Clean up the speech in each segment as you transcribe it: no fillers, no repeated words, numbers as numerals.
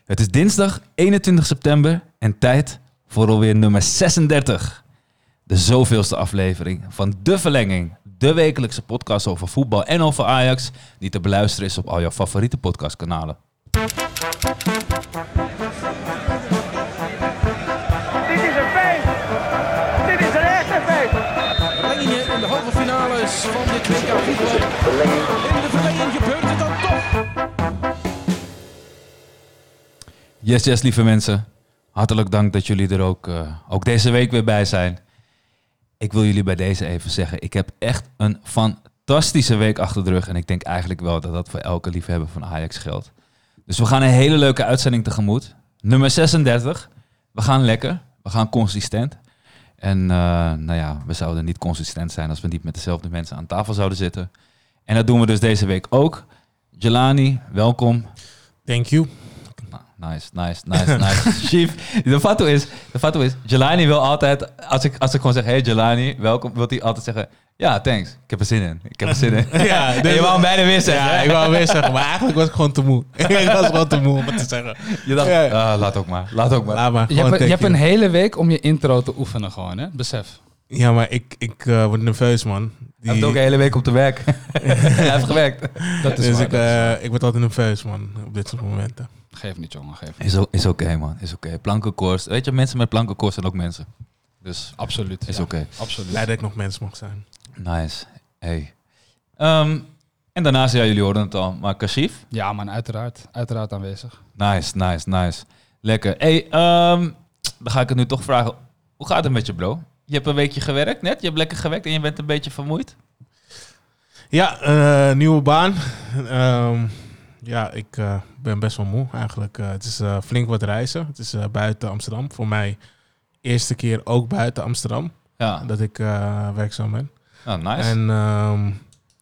Het is dinsdag 21 september en tijd voor alweer nummer 36. De zoveelste aflevering van De Verlenging. De wekelijkse podcast over voetbal en over Ajax, die te beluisteren is op al jouw favoriete podcastkanalen. Dit is een feest! Dit is een echte feest! Verlengingen in de halve finales van dit WK voetbal. In de verlenging gebeurt het dan toch. Yes, lieve mensen. Hartelijk dank dat jullie er ook deze week weer bij zijn. Ik wil jullie bij deze even zeggen, ik heb echt een fantastische week achter de rug. En ik denk eigenlijk wel dat dat voor elke liefhebber van Ajax geldt. Dus we gaan een hele leuke uitzending tegemoet. Nummer 36. We gaan lekker. We gaan consistent. En we zouden niet consistent zijn als we niet met dezelfde mensen aan tafel zouden zitten. En dat doen we dus deze week ook. Jelani, welkom. Thank you. Nice. Chief, de fatu is, Jelani wil altijd, als ik gewoon zeg, hey Jelani, welkom, wil hij altijd zeggen, ja, thanks, ik heb er zin in. Ja, en je wou hem bijna weer zeggen. Ja, ik wou hem weer zeggen, maar eigenlijk was ik gewoon te moe. Ik was gewoon te moe om het te zeggen. Je dacht, laat ook maar. Laat maar. Je hebt een hele week om je intro te oefenen gewoon, hè? Besef. Ja, maar ik word nerveus, man. Hij heeft ook een hele week op te werk. Hij heeft gewerkt. Dat is dus ik word altijd nerveus, man, op dit soort momenten. Geef niet, jongen. Geef niet. Is oké, man. Is oké. Plankenkoorts. Weet je, mensen met plankenkoorts zijn ook mensen. Dus absoluut. Is oké. Absoluut. Blij dat ik nog mens mag zijn. Nice. Hey. En daarnaast, ja, jullie hoorden het al, maar Kashif? Ja, man, uiteraard. Uiteraard aanwezig. Nice. Lekker. Hey, dan ga ik het nu toch vragen. Hoe gaat het met je, bro? Je hebt een weekje gewerkt net. Je hebt lekker gewerkt en je bent een beetje vermoeid. Ja, nieuwe baan. Ik ben best wel moe eigenlijk. Het is flink wat reizen. Het is buiten Amsterdam. Voor mij eerste keer ook buiten Amsterdam. Ja. Dat ik werkzaam ben. Oh, nice. En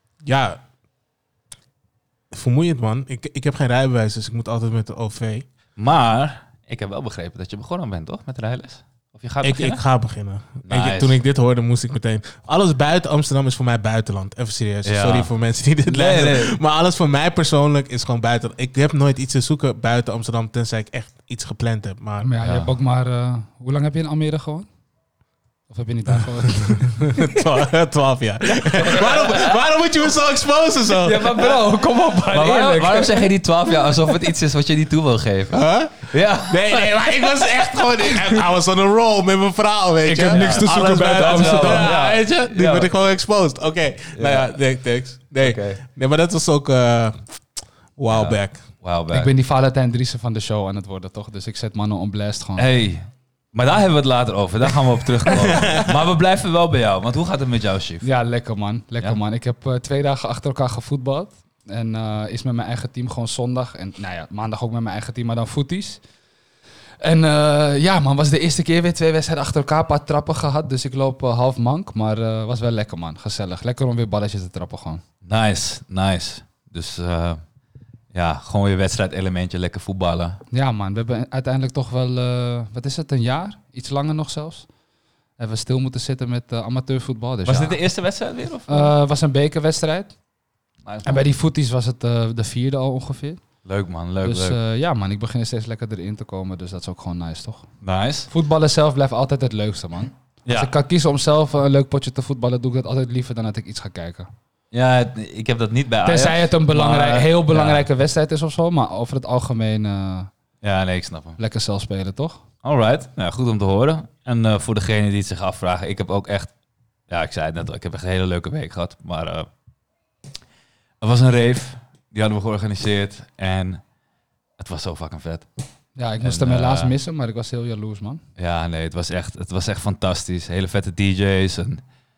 vermoeiend, man. Ik heb geen rijbewijs, dus ik moet altijd met de OV. Maar ik heb wel begrepen dat je begonnen bent, toch? Met rijles? Of je gaat beginnen? Ik ga beginnen. Nice. Toen ik dit hoorde, moest ik meteen... Alles buiten Amsterdam is voor mij buitenland. Even serieus. Ja. Sorry voor mensen die dit luisteren. Nee. Maar alles voor mij persoonlijk is gewoon buitenland. Ik heb nooit iets te zoeken buiten Amsterdam, tenzij ik echt iets gepland heb. Maar ja, je hebt ook maar... hoe lang heb je in Almere gewoond? Of heb je niet daar gewoond? 12 jaar. waarom moet je me zo exposen zo? Ja, maar bro, kom op. Maar waarom zeg je die 12 jaar alsof het iets is wat je niet toe wil geven? Huh? Ja. Nee, maar ik was echt gewoon... I was on a roll met mijn verhaal, weet je. Ik heb niks te zoeken Alles buiten Amsterdam. Ja, weet je? Nu Ja. ben ik gewoon exposed. Oké. Nou ja, thanks. Nee. Oké. Nee, maar dat was ook while back. Wow, Ik ben die Valentijn Driessen van de show aan het worden, toch? Dus ik zet mannen on blast gewoon. Hey, maar daar hebben we het later over. Daar gaan we op terugkomen. Maar we blijven wel bij jou. Want hoe gaat het met jou, Chief? Ja, lekker man. Ja? Man. Ik heb 2 dagen achter elkaar gevoetbald. En is met mijn eigen team gewoon zondag. En maandag ook met mijn eigen team, maar dan voeties. En was de eerste keer weer 2 wedstrijden achter elkaar. Een paar trappen gehad. Dus ik loop half mank. Maar was wel lekker, man. Gezellig. Lekker om weer balletjes te trappen gewoon. Nice. Dus gewoon weer wedstrijdelementje. Lekker voetballen. Ja, man. We hebben uiteindelijk toch wel, een jaar? Iets langer nog zelfs. Hebben we stil moeten zitten met amateurvoetbal. Dus Was dit de eerste wedstrijd weer? Of? was een bekerwedstrijd. Nice, En bij die voeties was het de 4e al ongeveer. leuk, man. Leuk. Ik begin er steeds lekker erin te komen. Dus dat is ook gewoon nice, toch? Nice. Voetballen zelf blijft altijd het leukste, man. Ja. Als ik kan kiezen om zelf een leuk potje te voetballen, doe ik dat altijd liever dan dat ik iets ga kijken. Ja, ik heb dat niet bij Ajax. Tenzij het een maar, heel belangrijke wedstrijd is of zo. Maar over het algemeen Ja, nee, ik snap hem. lekker zelf spelen, toch? Alright. Nou, goed om te horen. En voor degenen die het zich afvragen, ik heb ook echt... Ja, ik zei het net al, ik heb echt een hele leuke week gehad. Maar er was een rave. Die hadden we georganiseerd. En het was zo fucking vet. Ja, ik moest hem helaas missen, maar ik was heel jaloers, man. Ja, nee, het was echt fantastisch. Hele vette DJ's. En,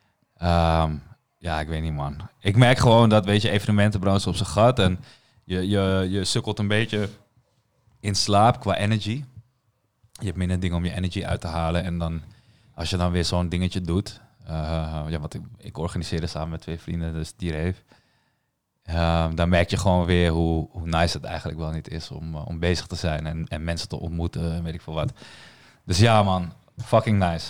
ik weet niet, man. Ik merk gewoon dat, weet je, evenementenbranche op zijn gat. En je sukkelt een beetje in slaap qua energy. Je hebt minder dingen om je energy uit te halen. En dan, als je dan weer zo'n dingetje doet... want ik organiseerde samen met 2 vrienden, dus die rave. Dan merk je gewoon weer hoe nice het eigenlijk wel niet is om bezig te zijn en mensen te ontmoeten en weet ik veel wat. Dus ja, man, fucking nice.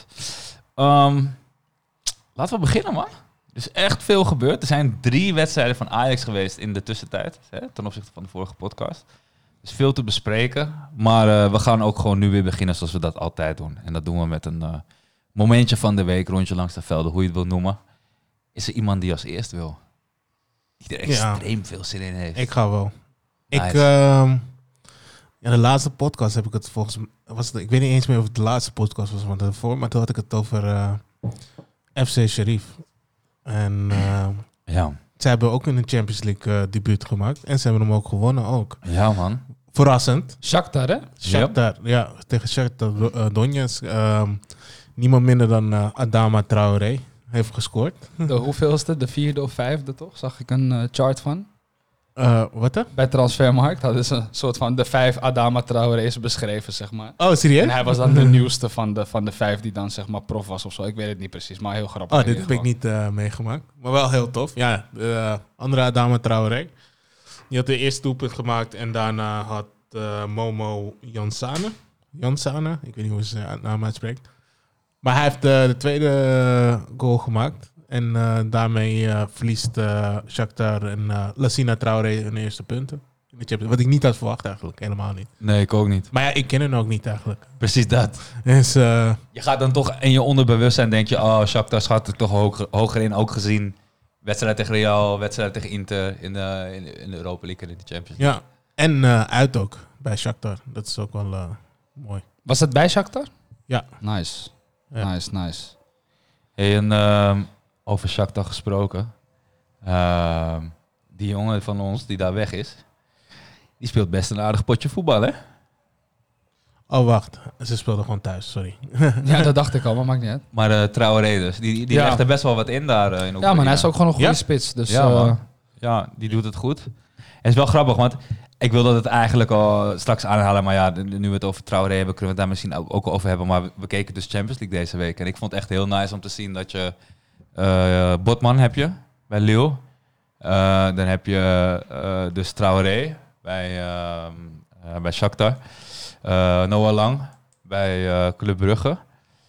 Laten we beginnen, man. Er is echt veel gebeurd. Er zijn 3 wedstrijden van Ajax geweest in de tussentijd, hè, ten opzichte van de vorige podcast. is veel te bespreken. Maar we gaan ook gewoon nu weer beginnen zoals we dat altijd doen. En dat doen we met een momentje van de week, rondje langs de velden, hoe je het wil noemen. Is er iemand die als eerst wil? Die er extreem veel zin in heeft. Ik ga wel. Nice. De laatste podcast heb ik het ik weet niet eens meer of het de laatste podcast was van daarvoor, maar toen had ik het over FC Sheriff. En ze hebben ook in de Champions League debuut gemaakt. En ze hebben hem ook gewonnen ook. Ja, man. Verrassend. Shakhtar, hè? Shakhtar, ja, tegen Shakhtar Donetsk. Niemand minder dan Adama Traoré heeft gescoord. De hoeveelste? De 4e of 5e, toch? Zag ik een chart van. Wat dan? Bij Transfermarkt hadden ze een soort van de 5 Adama Traoré's beschreven, zeg maar. Oh, serieus? En hij was dan de nieuwste van de 5 die dan zeg maar prof was of zo. Ik weet het niet precies, maar heel grappig. Oh, dit heb ik niet meegemaakt. Maar wel heel tof. Ja, de andere Adama Traoré. Die had de eerste doelpunt gemaakt en daarna had Momo Jansane. Ik weet niet hoe ze zijn naam uitspreekt. Maar hij heeft de tweede goal gemaakt. En daarmee verliest Shakhtar en Lassina Traoré hun eerste punten. Wat ik niet had verwacht eigenlijk, helemaal niet. Nee, ik ook niet. Maar ja, ik ken hem ook niet eigenlijk. Precies dat. Dus, Je gaat dan toch in je onderbewustzijn denk je, oh, Shakhtar schat er toch hoger in, ook gezien wedstrijd tegen Real, wedstrijd tegen Inter in de Europa League en in de Champions League. ja, en uit ook bij Shakhtar. Dat is ook wel mooi. Was het bij Shakhtar? Ja. Nice. Ja. Nice. Hey, en over Shakhtar gesproken. Die jongen van ons die daar weg is, die speelt best een aardig potje voetbal, hè? Oh, wacht. Ze speelden gewoon thuis, sorry. Ja, dat dacht ik al, maar maakt niet uit. Maar Traoré dus, die Ja. legt er best wel wat in daar in Oekraïne. Ja, maar hij is ook gewoon een goede Ja? spits. Dus, Ja, man. Ja, die doet het goed. Het is wel grappig, want ik wilde het eigenlijk al straks aanhalen. Maar ja, nu we het over Traoré hebben, kunnen we het daar misschien ook over hebben. Maar we keken dus Champions League deze week. En ik vond het echt heel nice om te zien dat je... Botman heb je bij Lille. Dan heb je dus Traoré bij Shakhtar. Noah Lang bij Club Brugge.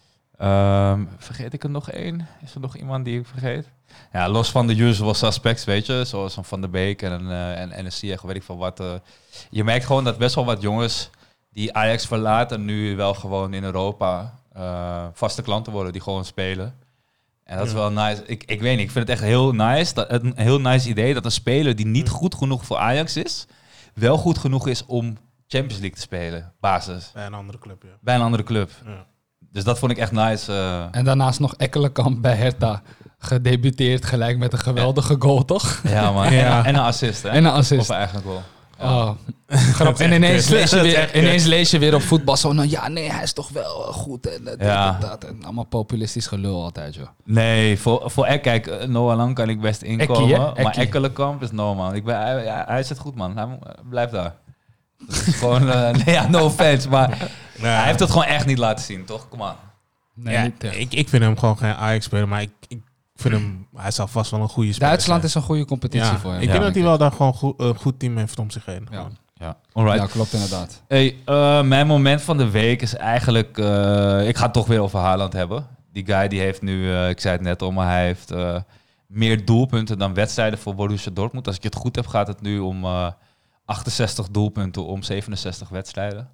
Vergeet ik er nog één? Is er nog iemand die ik vergeet? Ja, los van de usual suspects, weet je. Zoals een Van der Beek en een Ziyech, weet ik veel wat. Je merkt gewoon dat best wel wat jongens die Ajax verlaten... nu wel gewoon in Europa vaste klanten worden die gewoon spelen. En dat is wel nice. Ik weet niet, ik vind het echt heel nice. Een heel nice idee dat een speler die niet goed genoeg voor Ajax is... wel goed genoeg is om Champions League te spelen, basis. Bij een andere club, ja. Bij een andere club. Ja. Dus dat vond ik echt nice. En daarnaast nog Ekkelenkamp bij Hertha. Gedebuteerd gelijk met een geweldige goal, toch? Ja, man. Ja. En een assist, hè? En een assist. Of een eigen goal. Oh, grappig. En ineens lees je weer op voetbal zo... Nou, ja, nee, hij is toch wel goed. En dit en dat. En allemaal populistisch gelul altijd, joh. Nee, voor kijk, Noah Lang kan ik best inkomen. Ekkie, hè? Maar Ekkie. Ekkelenkamp is no, man. Hij zit goed, man. Hij blijft daar. Dat is gewoon... no offense, maar hij heeft het gewoon echt niet laten zien, toch? Kom aan. Nee, Ja, niet echt. ik vind hem gewoon geen Ajax-speler, maar ik vind hem... Hij zal vast wel een goede speler Duitsland zijn. is een goede competitie voor hem. Ik denk dat hij wel daar gewoon een goed team heeft om zich heen. Ja. Ja, alright. Ja, klopt inderdaad. Hey, mijn moment van de week is eigenlijk... ik ga het toch weer over Haaland hebben. Die guy die heeft nu, ik zei het net al, maar hij heeft meer doelpunten dan wedstrijden voor Borussia Dortmund. Als ik het goed heb, gaat het nu om 68 doelpunten om 67 wedstrijden.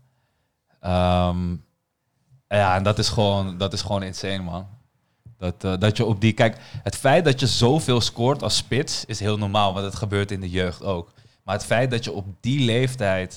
Ja, en dat is gewoon insane, man. Dat je op die... Kijk, het feit dat je zoveel scoort als spits is heel normaal, want het gebeurt in de jeugd ook. Maar het feit dat je op die leeftijd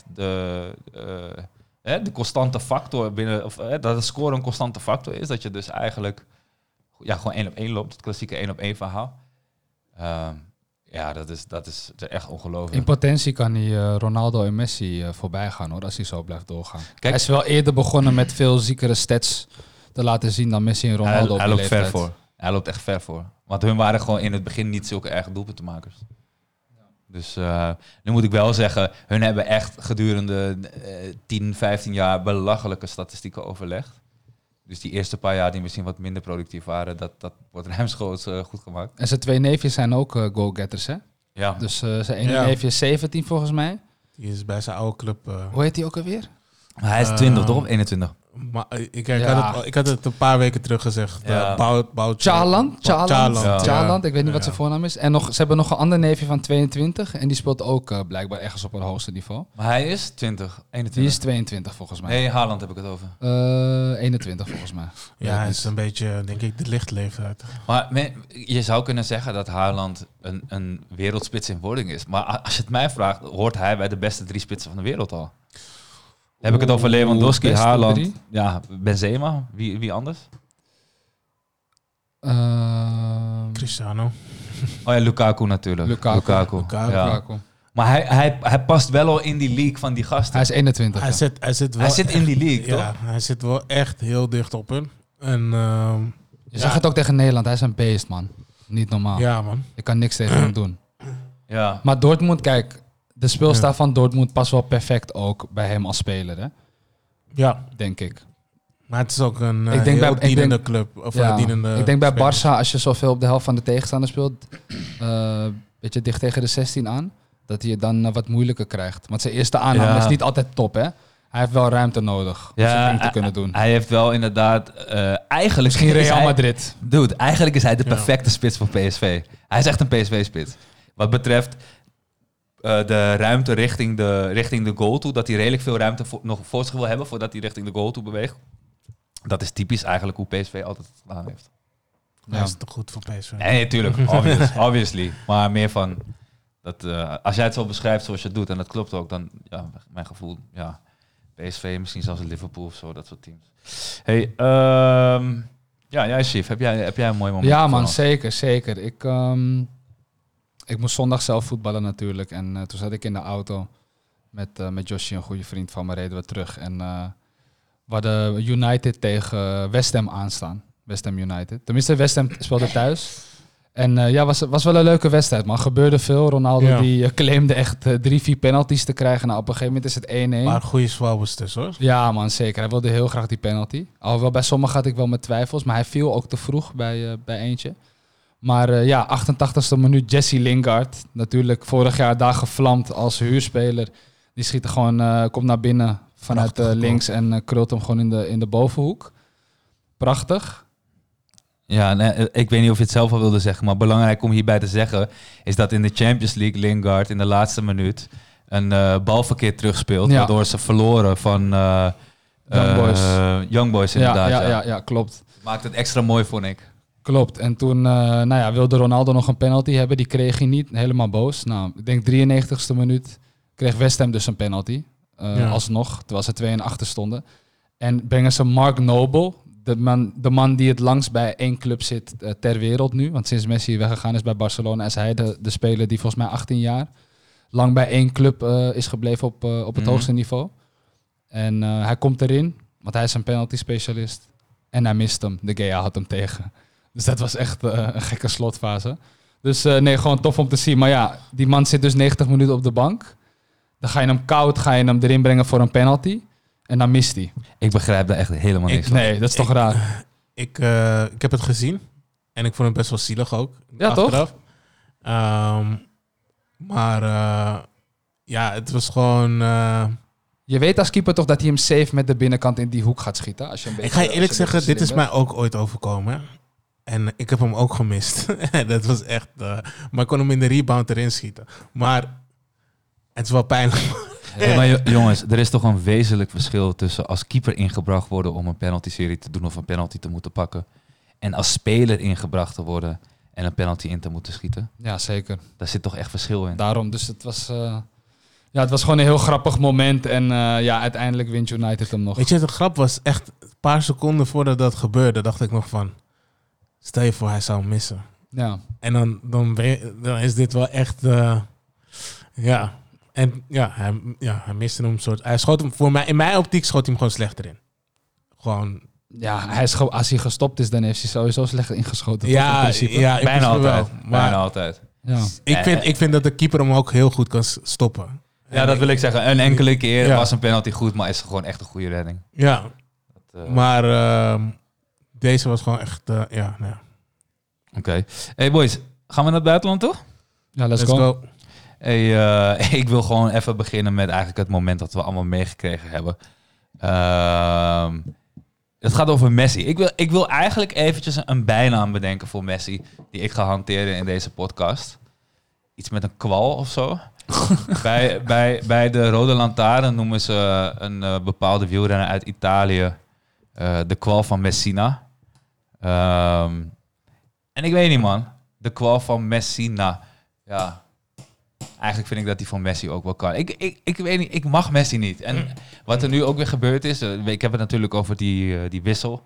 de constante factor dat het scoren een constante factor is, dat je dus eigenlijk gewoon 1 op 1 loopt, het klassieke 1 op 1 verhaal. Ja, dat is echt ongelooflijk. In potentie kan hij Ronaldo en Messi voorbij gaan, hoor, als hij zo blijft doorgaan. Kijk, Hij is wel eerder begonnen met veel ziekere stats te laten zien dan Messi en Ronaldo op Hij die loopt ver leeftijd. voor. Hij loopt echt ver voor. Want hun waren gewoon in het begin niet zulke erge doelpuntenmakers. Dus nu moet ik wel zeggen, hun hebben echt gedurende 10, 15 jaar belachelijke statistieken overlegd. Dus die eerste paar jaar die misschien wat minder productief waren, dat wordt ruimschoots goed gemaakt. En zijn 2 neefjes zijn ook goalgetters, hè? Ja. Dus zijn ene Ja. neefje is 17 volgens mij. Die is bij zijn oude club... Hoe heet hij ook alweer? Maar hij is 20 toch? Of 21? Maar, Ja. ik had het een paar weken terug gezegd. Ja. Charland. Ja. Ik weet niet wat zijn voornaam is. En ze hebben nog een ander neefje van 22. En die speelt ook blijkbaar ergens op een hoogste niveau. Maar hij is 20, 21. Die is 22 volgens mij. Nee, Haaland heb ik het over. 21 volgens mij. Ja, hij is een beetje, denk ik, de lichtleeftijd. Maar je zou kunnen zeggen dat Haaland een wereldspits in wording is. Maar als je het mij vraagt, hoort hij bij de beste 3 spitsen van de wereld al. Heb ik het over Lewandowski, beste Haaland, 3? ja, Benzema, wie anders? Cristiano. Oh ja, Lukaku natuurlijk. Lukaku. Ja. Lukaku. Maar hij past wel al in die league van die gasten. Hij is 21. Hij zit wel Hij zit in die league, ja, toch? hij zit wel echt heel dicht op hem. En Je zag het ook tegen Nederland. Hij is een beest, man. Niet normaal. ja, man. Ik kan niks tegen hem doen. Ja. Maar Dortmund, kijk. De speelstijl van Dortmund past wel perfect ook bij hem als speler, hè? Ja, Denk ik. maar het is ook een Ik denk heel bij- ik dienende denk- club. Of Ja, een dienende ik denk bij speler. Barça, als je zoveel op de helft van de tegenstander speelt, beetje dicht tegen de 16 aan, dat hij het dan wat moeilijker krijgt. Want zijn eerste aanname Ja. is niet altijd top, hè? Hij heeft wel ruimte nodig om zijn ding te kunnen doen. Hij heeft wel inderdaad... eigenlijk Misschien is Real hij- Madrid. Dude, eigenlijk is hij de Ja. perfecte spits voor PSV. Hij is echt een PSV-spits. Wat betreft de ruimte richting de goal toe, dat hij redelijk veel ruimte nog voor zich wil hebben voordat hij richting de goal toe beweegt. Dat is typisch eigenlijk hoe PSV altijd gedaan heeft. Hij is te goed voor PSV. Nee, natuurlijk. Obviously. Maar meer van... Dat, als jij het zo beschrijft zoals je het doet, en dat klopt ook, dan, ja, mijn gevoel, ja, PSV, misschien zelfs Liverpool of zo, dat soort teams. Hey, ja, jij, Chief, heb jij een mooi moment? Ja, voor man, ons? zeker. Ik moest zondag zelf voetballen natuurlijk. En toen zat ik in de auto met Joshie, een goede vriend van me, reden we terug. En we hadden United tegen West Ham aanstaan. West Ham United. Tenminste, West Ham speelde thuis. En ja, was wel een leuke wedstrijd, man. Gebeurde veel. Ronaldo Ja. die claimde echt 3-4 penalties te krijgen. Nou, op een gegeven moment is het 1-1. Maar goede zwalbes tussen, hoor. Ja, man, zeker. Hij wilde heel graag die penalty. Alhoewel bij sommigen had ik wel mijn twijfels, maar hij viel ook te vroeg bij eentje. Maar ja, 88e minuut Jesse Lingard. Natuurlijk vorig jaar daar gevlamd als huurspeler. Die schiet er gewoon, komt naar binnen vanuit Prachtig, links en krult hem gewoon in de bovenhoek. Prachtig. Ja, nee, ik weet niet of je het zelf al wilde zeggen, maar belangrijk om hierbij te zeggen is dat in de Champions League Lingard in de laatste minuut een balverkeer terugspeelt, Ja. waardoor ze verloren van Young Boys. Young Boys inderdaad. Ja, klopt. Maakt het extra mooi, vond ik. Klopt. En toen nou ja, wilde Ronaldo nog een penalty hebben. Die kreeg hij niet. Helemaal boos. Nou, ik denk 93ste minuut kreeg West Ham dus een penalty. Ja. Alsnog, terwijl ze 2 en achter stonden. En brengen ze Mark Noble, de man die het langst bij één club zit ter wereld nu. Want sinds Messi weggegaan is bij Barcelona, is hij de speler die volgens mij 18 jaar lang bij één club is gebleven op het hoogste niveau. En hij komt erin, want hij is een penalty specialist. En hij mist hem. De Gea had hem tegen. Dus dat was echt een gekke slotfase. Dus nee, gewoon tof om te zien. Maar ja, die man zit dus 90 minuten op de bank. Dan ga je hem koud, ga je hem erin brengen voor een penalty. En dan mist hij. Ik begrijp daar echt helemaal niks van. Nee, dat is toch raar. Ik heb het gezien. En ik vond het best wel zielig ook. Ja, achteraf. Maar ja, het was gewoon... Je weet als keeper toch dat hij hem safe met de binnenkant in die hoek gaat schieten. Als je een ik beetje, ga je eerlijk als je een zeggen, dit beetje is slim mij ook ooit overkomen. En ik heb hem ook gemist. Dat was echt... maar ik kon hem in de rebound erin schieten. Maar het is wel pijnlijk. Ja, maar jongens, er is toch een wezenlijk verschil tussen als keeper ingebracht worden om een penalty-serie te doen of een penalty te moeten pakken. En als speler ingebracht te worden en een penalty in te moeten schieten. bent. Ja, zeker. Daar zit toch echt verschil in. Daarom, dus het was... ja, het was gewoon een heel grappig moment. En ja, uiteindelijk wint United hem nog. Weet je, de grap was echt... Een paar seconden voordat dat gebeurde, dacht ik nog van... Stel je voor, hij zou hem missen. Ja. En dan is dit wel echt... ja. En ja, hij miste hem een soort... Hij schoot hem, voor mij, in mijn optiek schoot hij hem gewoon slecht erin. Gewoon... Ja, als hij gestopt is, dan heeft hij sowieso slecht ingeschoten. toch, in Ja, principe? ja, in Bijna principe altijd. wel. Maar Bijna altijd. Ja. ik vind dat de keeper hem ook heel goed kan stoppen. Ja, dat wil ik zeggen. Een enkele keer Ja. was een penalty goed, maar is gewoon echt een goede redding. Ja, Dat, maar deze was gewoon echt... ja, nou ja. Oké. Hey boys, gaan we naar het buitenland toe? Ja, let's Let's go. go. Hey, ik wil gewoon even beginnen met eigenlijk het moment dat we allemaal meegekregen hebben. Het gaat over Messi. Ik wil eigenlijk eventjes een bijnaam bedenken voor Messi, die ik ga hanteren in deze podcast. Iets met een kwal of zo. bij de Rode Lantaarn noemen ze een bepaalde wielrenner uit Italië de kwal van Messina. En ik weet niet, man. De kwal van Messina. Ja, eigenlijk vind ik dat die van Messi ook wel kan. Ik weet niet, ik mag Messi niet. En wat er nu ook weer gebeurd is, ik heb het natuurlijk over die wissel.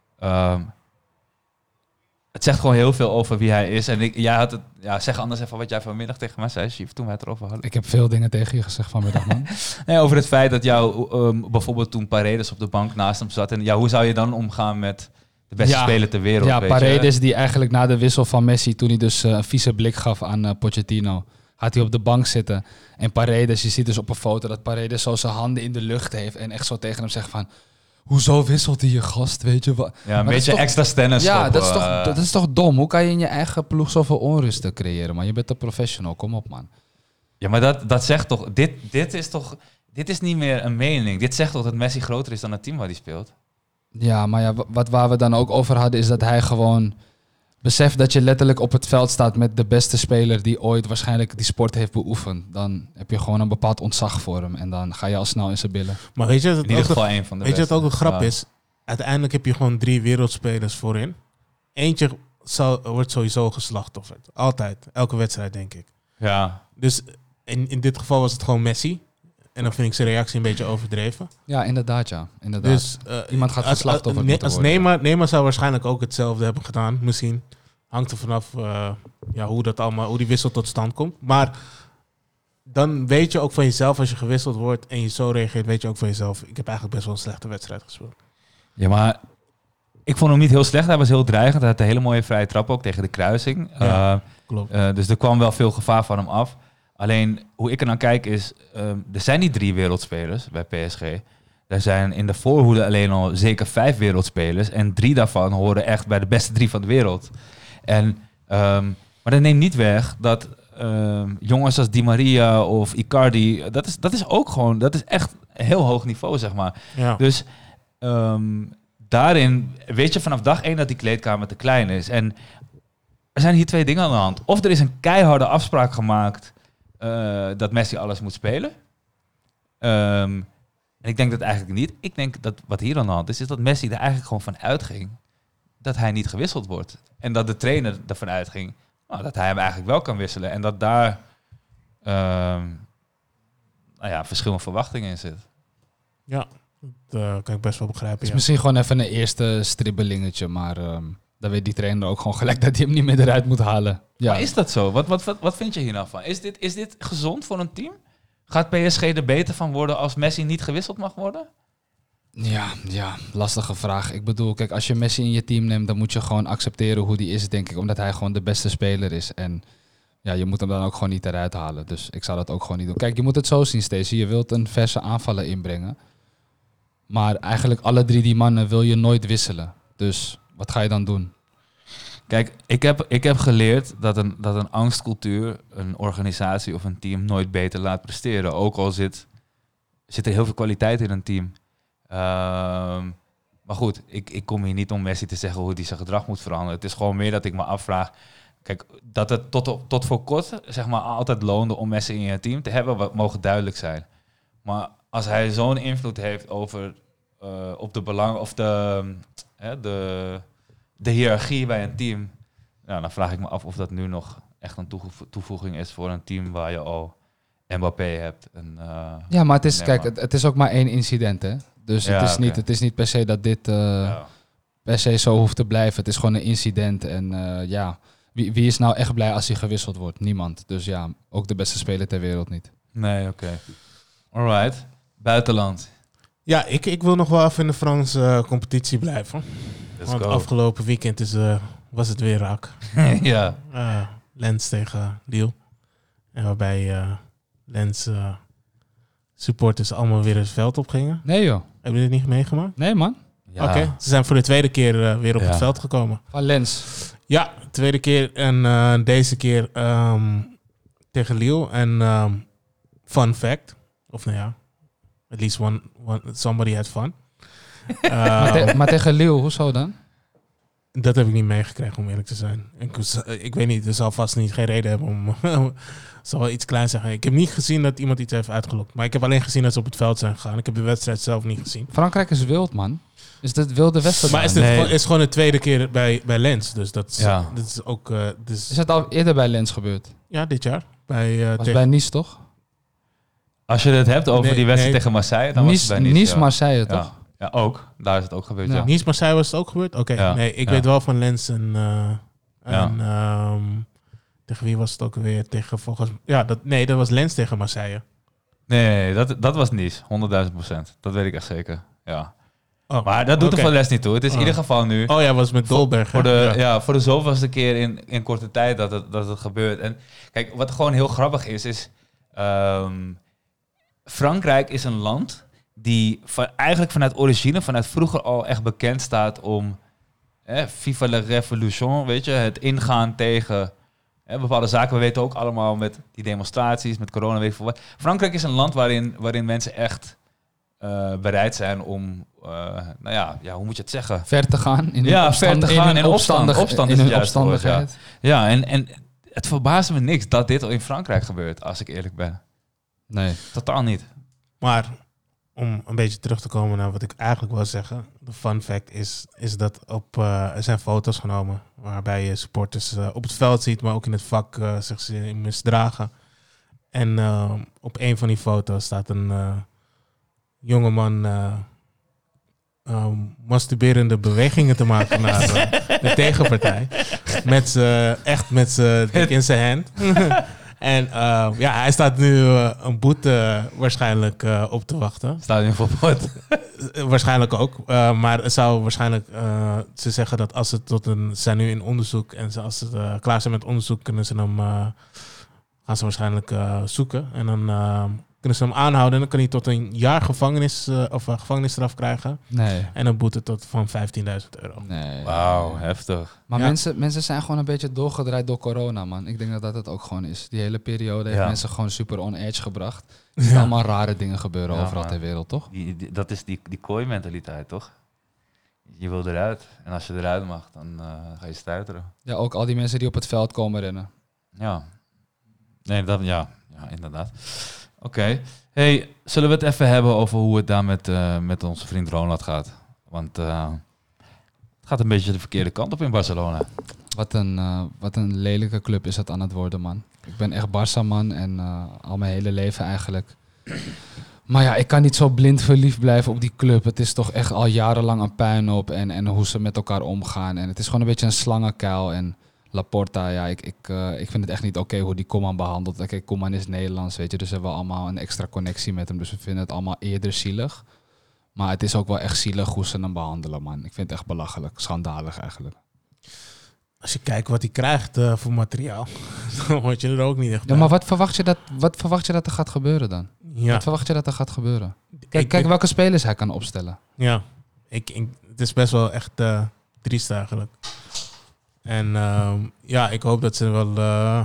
Het zegt gewoon heel veel over wie hij is. En jij had het, zeg anders even wat jij vanmiddag tegen mij zei, Chief, toen wij het erover hadden. Ik heb veel dingen tegen je gezegd vanmiddag, man. Nee, over het feit dat bijvoorbeeld toen Paredes op de bank naast hem zat. En hoe zou je dan omgaan met de beste speler ter wereld? Ja, weet Paredes je? die eigenlijk na de wissel van Messi, toen hij dus een vieze blik gaf aan Pochettino, gaat hij op de bank zitten. En Paredes, je ziet dus op een foto dat Paredes zo zijn handen in de lucht heeft en echt zo tegen hem zegt van, hoezo wisselt hij je gast, weet je wat? Ja, een beetje extra stennis. Ja, dat is toch dom? Hoe kan je in je eigen ploeg zoveel onrust creëren, man? Je bent een professional, kom op, man. Ja, maar dat zegt toch... Dit is niet meer een mening. Dit zegt toch dat Messi groter is dan het team waar hij speelt? Ja, maar ja, waar we dan ook over hadden, is dat hij gewoon beseft dat je letterlijk op het veld staat met de beste speler die ooit waarschijnlijk die sport heeft beoefend. Dan heb je gewoon een bepaald ontzag voor hem en dan ga je al snel in zijn billen. Maar weet je, In ieder geval één van de weet je beste. wat ook een grap Ja. is? Uiteindelijk heb je gewoon 3 wereldspelers voorin. Eentje wordt sowieso geslachtofferd. Altijd. Elke wedstrijd, denk ik. Ja. Dus in dit geval was het gewoon Messi. En dan vind ik zijn reactie een beetje overdreven. Ja, inderdaad, ja. Inderdaad. Dus Iemand gaat geslachtofferd moeten als worden. Neymar zou waarschijnlijk ook hetzelfde hebben gedaan. Misschien hangt er vanaf hoe die wissel tot stand komt. Maar dan weet je ook van jezelf, als je gewisseld wordt en je zo reageert, weet je ook van jezelf, ik heb eigenlijk best wel een slechte wedstrijd gespeeld. Ja, maar ik vond hem niet heel slecht. Hij was heel dreigend. Hij had een hele mooie vrije trap ook tegen de kruising. Ja, klopt. Dus er kwam wel veel gevaar van hem af. Alleen, hoe ik er naar kijk is, er zijn niet 3 wereldspelers bij PSG. Er zijn in de voorhoede alleen al zeker 5 wereldspelers. En 3 daarvan horen echt bij de beste 3 van de wereld. Maar dat neemt niet weg dat jongens als Di Maria of Icardi, dat is ook gewoon, dat is echt heel hoog niveau, zeg maar. Ja. Dus daarin weet je vanaf dag 1 dat die kleedkamer te klein is. En er zijn hier 2 dingen aan de hand. Of er is een keiharde afspraak gemaakt dat Messi alles moet spelen. En ik denk dat eigenlijk niet. Ik denk dat wat hier aan de hand is dat Messi er eigenlijk gewoon van uitging dat hij niet gewisseld wordt. En dat de trainer ervan uitging dat hij hem eigenlijk wel kan wisselen. En dat daar verschillende verwachtingen in zit. Ja, dat kan ik best wel begrijpen. Het is Ja. misschien gewoon even een eerste stribbelingetje, maar dan weet die trainer ook gewoon gelijk dat hij hem niet meer eruit moet halen. Ja. Maar is dat zo? Wat vind je hier nou van? Is dit gezond voor een team? Gaat PSG er beter van worden als Messi niet gewisseld mag worden? Ja, lastige vraag. Ik bedoel, kijk, als je Messi in je team neemt, dan moet je gewoon accepteren hoe die is, denk ik. Omdat hij gewoon de beste speler is. En ja, je moet hem dan ook gewoon niet eruit halen. Dus ik zou dat ook gewoon niet doen. Kijk, je moet het zo zien, Stacey. Je wilt een verse aanvaller inbrengen. Maar eigenlijk alle 3 die mannen wil je nooit wisselen. Dus wat ga je dan doen? Kijk, ik heb geleerd dat een angstcultuur een organisatie of een team nooit beter laat presteren. Ook al zit er heel veel kwaliteit in een team. Maar goed, ik kom hier niet om Messi te zeggen hoe hij zijn gedrag moet veranderen. Het is gewoon meer dat ik me afvraag. Kijk, dat het tot voor kort zeg maar altijd loonde om Messi in je team te hebben, wat mogen duidelijk zijn. Maar als hij zo'n invloed heeft over op de belangen of de hiërarchie bij een team, dan vraag ik me af of dat nu nog echt een toevoeging is voor een team waar je al Mbappé hebt. Ja, maar het is, Neymar. kijk, het is ook maar 1 incident, hè? Dus Ja, het is niet per se dat dit per se zo hoeft te blijven. Het is gewoon een incident. En wie is nou echt blij als hij gewisseld wordt? Niemand. Dus ja, ook de beste speler ter wereld niet. Nee, oké. Alright. Buitenland. Ja, ik wil nog wel even in de Franse competitie blijven. Let's Want go. afgelopen weekend was het weer raak. Ja. Lens tegen Lille. En waarbij Lens supporters allemaal weer het veld opgingen. Nee, joh. Hebben jullie dit niet meegemaakt? Nee, man. Ja. Oké, ze zijn voor de tweede keer weer op het veld gekomen. Van Lens. Ja, tweede keer en deze keer tegen Lille. En fun fact, of nou ja, at least somebody had fun. Maar tegen Lille, hoezo dan? Dat heb ik niet meegekregen, om eerlijk te zijn. Ik weet niet, er zal vast niet geen reden hebben om... Het zal wel iets kleins zeggen. Ik heb niet gezien dat iemand iets heeft uitgelokt. Maar ik heb alleen gezien dat ze op het veld zijn gegaan. Ik heb de wedstrijd zelf niet gezien. Frankrijk is wild, man. Is dit wilde wedstrijd? Maar is gewoon de tweede keer bij Lens. Dus dat is ook... Is het al eerder bij Lens gebeurd? Ja, dit jaar. Was bij Nice, toch? Als je het hebt over die wedstrijd tegen Marseille, dan was het bij Nice. Marseille, toch? Ja, ook. Daar is het ook gebeurd, Ja. ja. Nice Marseille was het ook gebeurd? Oké, Ja. nee, ik Ja. weet wel van Lens en tegen wie was het ook weer? Tegen volgens... Ja, dat was Lens tegen Marseille. Nee, dat was Nice. 100.000%. Dat weet ik echt zeker. Ja. Oh, Maar dat doet er voor de les niet toe. Het is in ieder geval nu... Oh ja, was met Dolberg. Voor de zoveelste keer in korte tijd dat het gebeurt. En kijk, wat gewoon heel grappig is... Frankrijk is een land die eigenlijk vanuit origine, vanuit vroeger al echt bekend staat om... Viva la Révolution, weet je, het ingaan tegen bepaalde zaken. We weten ook allemaal met die demonstraties, met corona, weet ik veel wat. Frankrijk is een land waarin mensen echt bereid zijn om, hoe moet je het zeggen? Ver te gaan. Ver te gaan en opstand in is hun juist het woord, opstandigheid. Ja, en het verbaast me niks dat dit al in Frankrijk gebeurt, als ik eerlijk ben. Nee. Totaal niet. Maar om een beetje terug te komen naar wat ik eigenlijk wil zeggen. De fun fact is dat er zijn foto's genomen waarbij je supporters op het veld ziet, maar ook in het vak zich misdragen. En op een van die foto's staat een jongeman masturberende bewegingen te maken naar de tegenpartij. Met zijn dik in zijn hand. En hij staat nu een boete waarschijnlijk op te wachten. Staat in verbod. Waarschijnlijk ook. Maar het zou waarschijnlijk... ze zeggen dat als ze ze zijn nu in onderzoek en als ze klaar zijn met onderzoek, gaan ze waarschijnlijk zoeken. En dan kunnen ze hem aanhouden en dan kan hij tot een jaar gevangenisstraf krijgen. Nee. En een boete tot van €15.000. Nee. Wauw, heftig. Maar Ja. mensen zijn gewoon een beetje doorgedraaid door corona, man. Ik denk dat het ook gewoon is. Die hele periode heeft mensen gewoon super on edge gebracht. Er zijn allemaal rare dingen gebeuren overal ter wereld, toch? Dat is die kooi-mentaliteit, toch? Je wil eruit. En als je eruit mag, dan ga je stuiteren. Ja, ook al die mensen die op het veld komen rennen. Ja. Nee, ja, inderdaad. Oké. Hey, zullen we het even hebben over hoe het daar met onze vriend Ronald gaat? Want het gaat een beetje de verkeerde kant op in Barcelona. Wat een lelijke club is het aan het worden, man. Ik ben echt Barça-man en al mijn hele leven eigenlijk. Maar ja, ik kan niet zo blind verliefd blijven op die club. Het is toch echt al jarenlang een puinhoop en hoe ze met elkaar omgaan. En het is gewoon een beetje een slangenkuil. En Laporta, ja, ik vind het echt niet oké hoe die Koeman behandelt. Kijk, Koeman is Nederlands, weet je, dus we hebben allemaal een extra connectie met hem. Dus we vinden het allemaal eerder zielig. Maar het is ook wel echt zielig hoe ze hem behandelen, man. Ik vind het echt belachelijk, schandalig eigenlijk. Als je kijkt wat hij krijgt voor materiaal, dan word je er ook niet echt bij. Ja, maar wat verwacht je dat er gaat gebeuren dan? Ja. Wat verwacht je dat er gaat gebeuren? Kijk welke spelers hij kan opstellen. Ja, het is best wel echt triest eigenlijk. En ik hoop dat ze wel...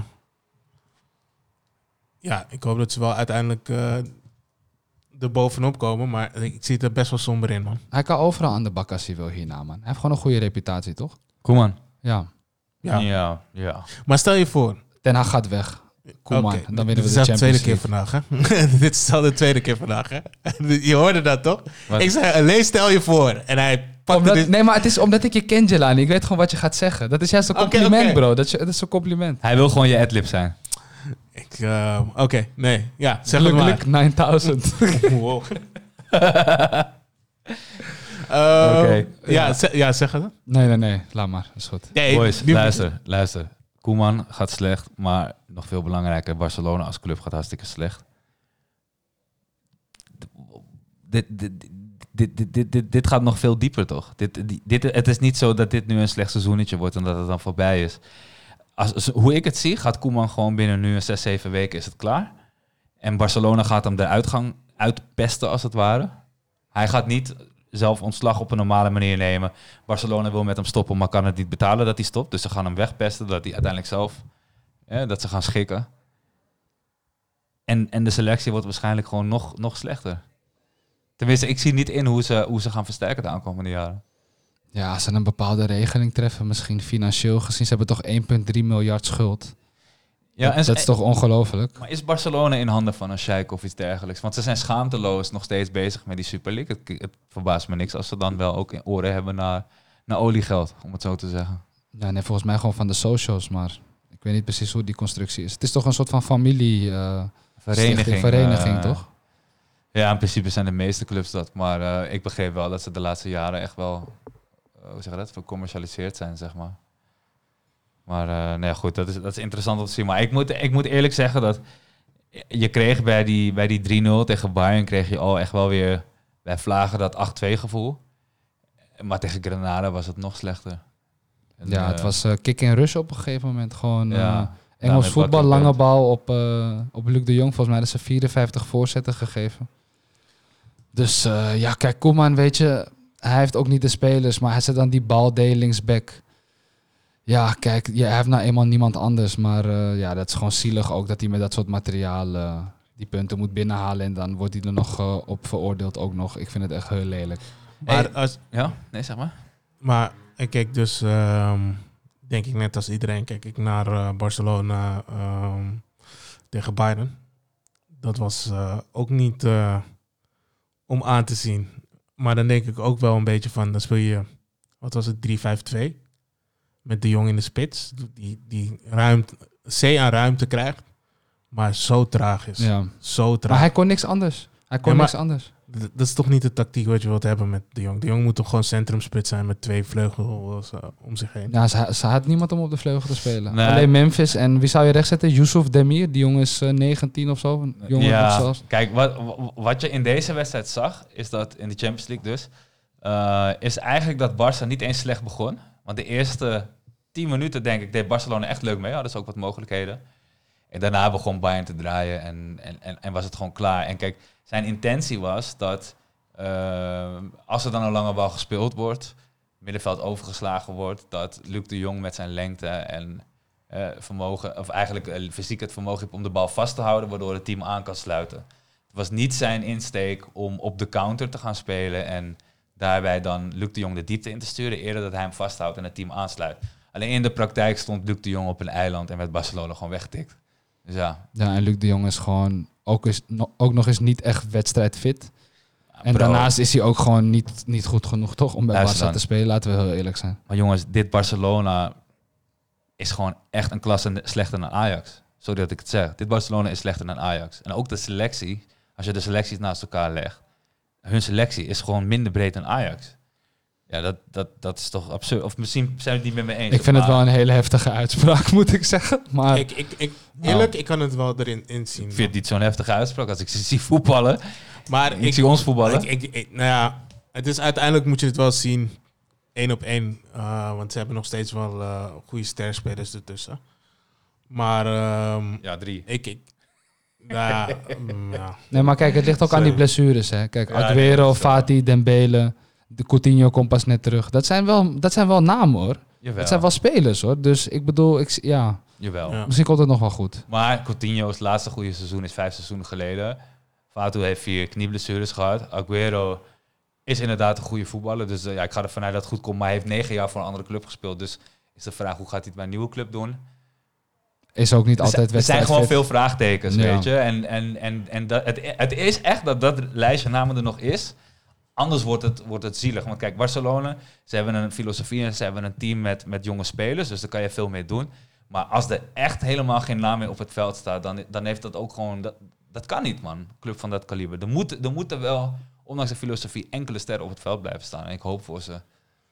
ik hoop dat ze wel uiteindelijk er bovenop komen. Maar ik zie het er best wel somber in, man. Hij kan overal aan de bak als hij wil hierna, man. Hij heeft gewoon een goede reputatie, toch? Koeman. Ja. Ja. Ja. Maar stel je voor... Ten Hag gaat weg. Koeman, Oké, dan winnen dit we is de al de tweede Champions keer League. vandaag, hè? Dit is al de tweede keer vandaag, hè? Je hoorde dat, toch? Wat? Ik zei, alleen stel je voor. En hij pakte dit... Nee, maar het is omdat ik je ken, Jelani. Ik weet gewoon wat je gaat zeggen. Dat is juist een compliment, Oké. bro. Dat is een compliment. Hij wil gewoon je adlib zijn. Nee. Ja, zeg het maar. Gelukkig 9000. Wow. Oké. Zeg het. Nee. Laat maar. Dat is goed. Nee, Boys, die- luister. Koeman gaat slecht, maar nog veel belangrijker, Barcelona als club gaat hartstikke slecht. Dit gaat nog veel dieper, toch? Het is niet zo dat dit nu een slecht seizoenetje wordt en dat het dan voorbij is. Hoe ik het zie, gaat Koeman gewoon binnen nu een 6-7 weken is het klaar. En Barcelona gaat hem de uitgang uitpesten, als het ware. Hij gaat niet zelf ontslag op een normale manier nemen. Barcelona wil met hem stoppen, maar kan het niet betalen dat hij stopt. Dus ze gaan hem wegpesten, dat hij uiteindelijk zelf... dat ze gaan schikken. En de selectie wordt waarschijnlijk gewoon nog slechter. Tenminste, ik zie niet in hoe ze gaan versterken de aankomende jaren. Ja, als ze een bepaalde regeling treffen, misschien financieel gezien. Ze hebben toch 1,3 miljard schuld. Ja, Dat is toch ongelooflijk? Maar is Barcelona in handen van een sheik of iets dergelijks? Want ze zijn schaamteloos nog steeds bezig met die Super League. Het verbaast me niks als ze dan wel ook in oren hebben naar oliegeld, om het zo te zeggen. Ja, nee, volgens mij gewoon van de socials, maar ik weet niet precies hoe die constructie is. Het is toch een soort van familie... vereniging, toch? Ja, in principe zijn de meeste clubs dat. Maar ik begreep wel dat ze de laatste jaren echt wel, hoe zeg je dat, vercommercialiseerd zijn, zeg maar. Maar nee, goed, dat is interessant om te zien. Maar ik moet eerlijk zeggen dat je kreeg bij die 3-0 tegen Bayern, kreeg je al echt wel weer bij vlagen dat 8-2 gevoel. Maar tegen Granada was het nog slechter. En, Ja, het was kick en rush op een gegeven moment. Gewoon Ja. Engels met voetbal, Buckingham. lange bal op Luc de Jong. Volgens mij hadden ze 54 voorzetten gegeven. Dus ja, kijk, Koeman, weet je, hij heeft ook niet de spelers, maar hij zet dan die baldelingsback. Ja, kijk, hij heeft nou eenmaal niemand anders. Maar ja, dat is gewoon zielig ook dat hij met dat soort materiaal die punten moet binnenhalen. En dan wordt hij er nog op veroordeeld ook nog. Ik vind het echt heel lelijk. Maar, Hey. Ja? Nee, zeg maar. maar ik kijk dus, denk ik net als iedereen, kijk ik naar Barcelona tegen Bayern. Dat was ook niet om aan te zien. Maar dan denk ik ook wel een beetje van, dan speel je, wat was het, 3-5-2. Met de Jong in de spits. Die C aan ruimte krijgt. Maar zo traag is. Ja. Zo traag. Maar hij kon niks anders. Niks anders. Dat is toch niet de tactiek wat je wilt hebben met de Jong. De Jong moet toch gewoon centrumspits zijn met 2 vleugels om zich heen. Ja, ze had niemand om op de vleugel te spelen. Nee. Alleen Memphis. En wie zou je recht zetten? Yusuf Demir. Die jongen is 19 of zo. Een jongen Ja, zelfs. kijk, wat je in deze wedstrijd zag, is dat in de Champions League dus, is eigenlijk dat Barça niet eens slecht begon. Want de eerste 10 minuten, denk ik, deed Barcelona echt leuk mee. Hadden ze ook wat mogelijkheden. En daarna begon Bayern te draaien en was het gewoon klaar. En kijk, zijn intentie was dat als er dan een lange bal gespeeld wordt, middenveld overgeslagen wordt, dat Luc de Jong met zijn lengte en vermogen, of eigenlijk fysiek het vermogen heeft om de bal vast te houden, waardoor het team aan kan sluiten. Het was niet zijn insteek om op de counter te gaan spelen en daarbij dan Luc de Jong de diepte in te sturen, eerder dat hij hem vasthoudt en het team aansluit. Alleen in de praktijk stond Luc de Jong op een eiland en werd Barcelona gewoon weggetikt. Dus ja. Ja, en Luc de Jong is gewoon ook nog eens niet echt wedstrijdfit. En Bro. daarnaast is hij ook gewoon niet goed genoeg, toch? Om bij Luister Barça dan. te spelen, laten we heel eerlijk zijn. Maar jongens, dit Barcelona is gewoon echt een klasse slechter dan Ajax. Sorry dat ik het zeg. Dit Barcelona is slechter dan Ajax. En ook de selectie, als je de selecties naast elkaar legt, hun selectie is gewoon minder breed dan Ajax. Ja, dat is toch absurd. Of misschien zijn we het niet met me eens. Ik vind het wel een hele heftige uitspraak, moet ik zeggen. Maar Eerlijk, ik kan het wel erin inzien. Ik vind het niet zo'n heftige uitspraak als ik ze zie voetballen. Maar Ik zie ons voetballen. Nou ja, het is uiteindelijk moet je het wel zien 1 op 1. Want ze hebben nog steeds wel goede sterspelers ertussen. Maar Ja, 3. ja. nee, maar kijk, het ligt ook aan die blessures. Hè. Kijk, Ja, Aguero, nee, dat is Fati, Dembele, de Coutinho komt pas net terug. Dat zijn wel namen, hoor. Jawel. Dat zijn wel spelers, hoor. Dus ik bedoel, Jawel. Ja. misschien komt het nog wel goed. Maar Coutinho's laatste goede seizoen is 5 seizoenen geleden. Fatu heeft 4 knieblessures gehad. Aguero is inderdaad een goede voetballer. Dus ik ga ervan uit dat het goed komt. Maar hij heeft 9 jaar voor een andere club gespeeld. Dus is de vraag, hoe gaat hij het bij een nieuwe club doen? Is ook niet altijd Er zijn wedstrijd gewoon fit. veel vraagtekens, Ja. weet je. En het is echt dat lijstje namen er nog is. Anders wordt het zielig. Want kijk, Barcelona, ze hebben een filosofie en ze hebben een team met jonge spelers. Dus daar kan je veel mee doen. Maar als er echt helemaal geen naam meer op het veld staat, dan heeft dat ook gewoon... Dat kan niet, man. Club van dat kaliber. Er moeten wel, ondanks de filosofie, enkele sterren op het veld blijven staan. En ik hoop voor ze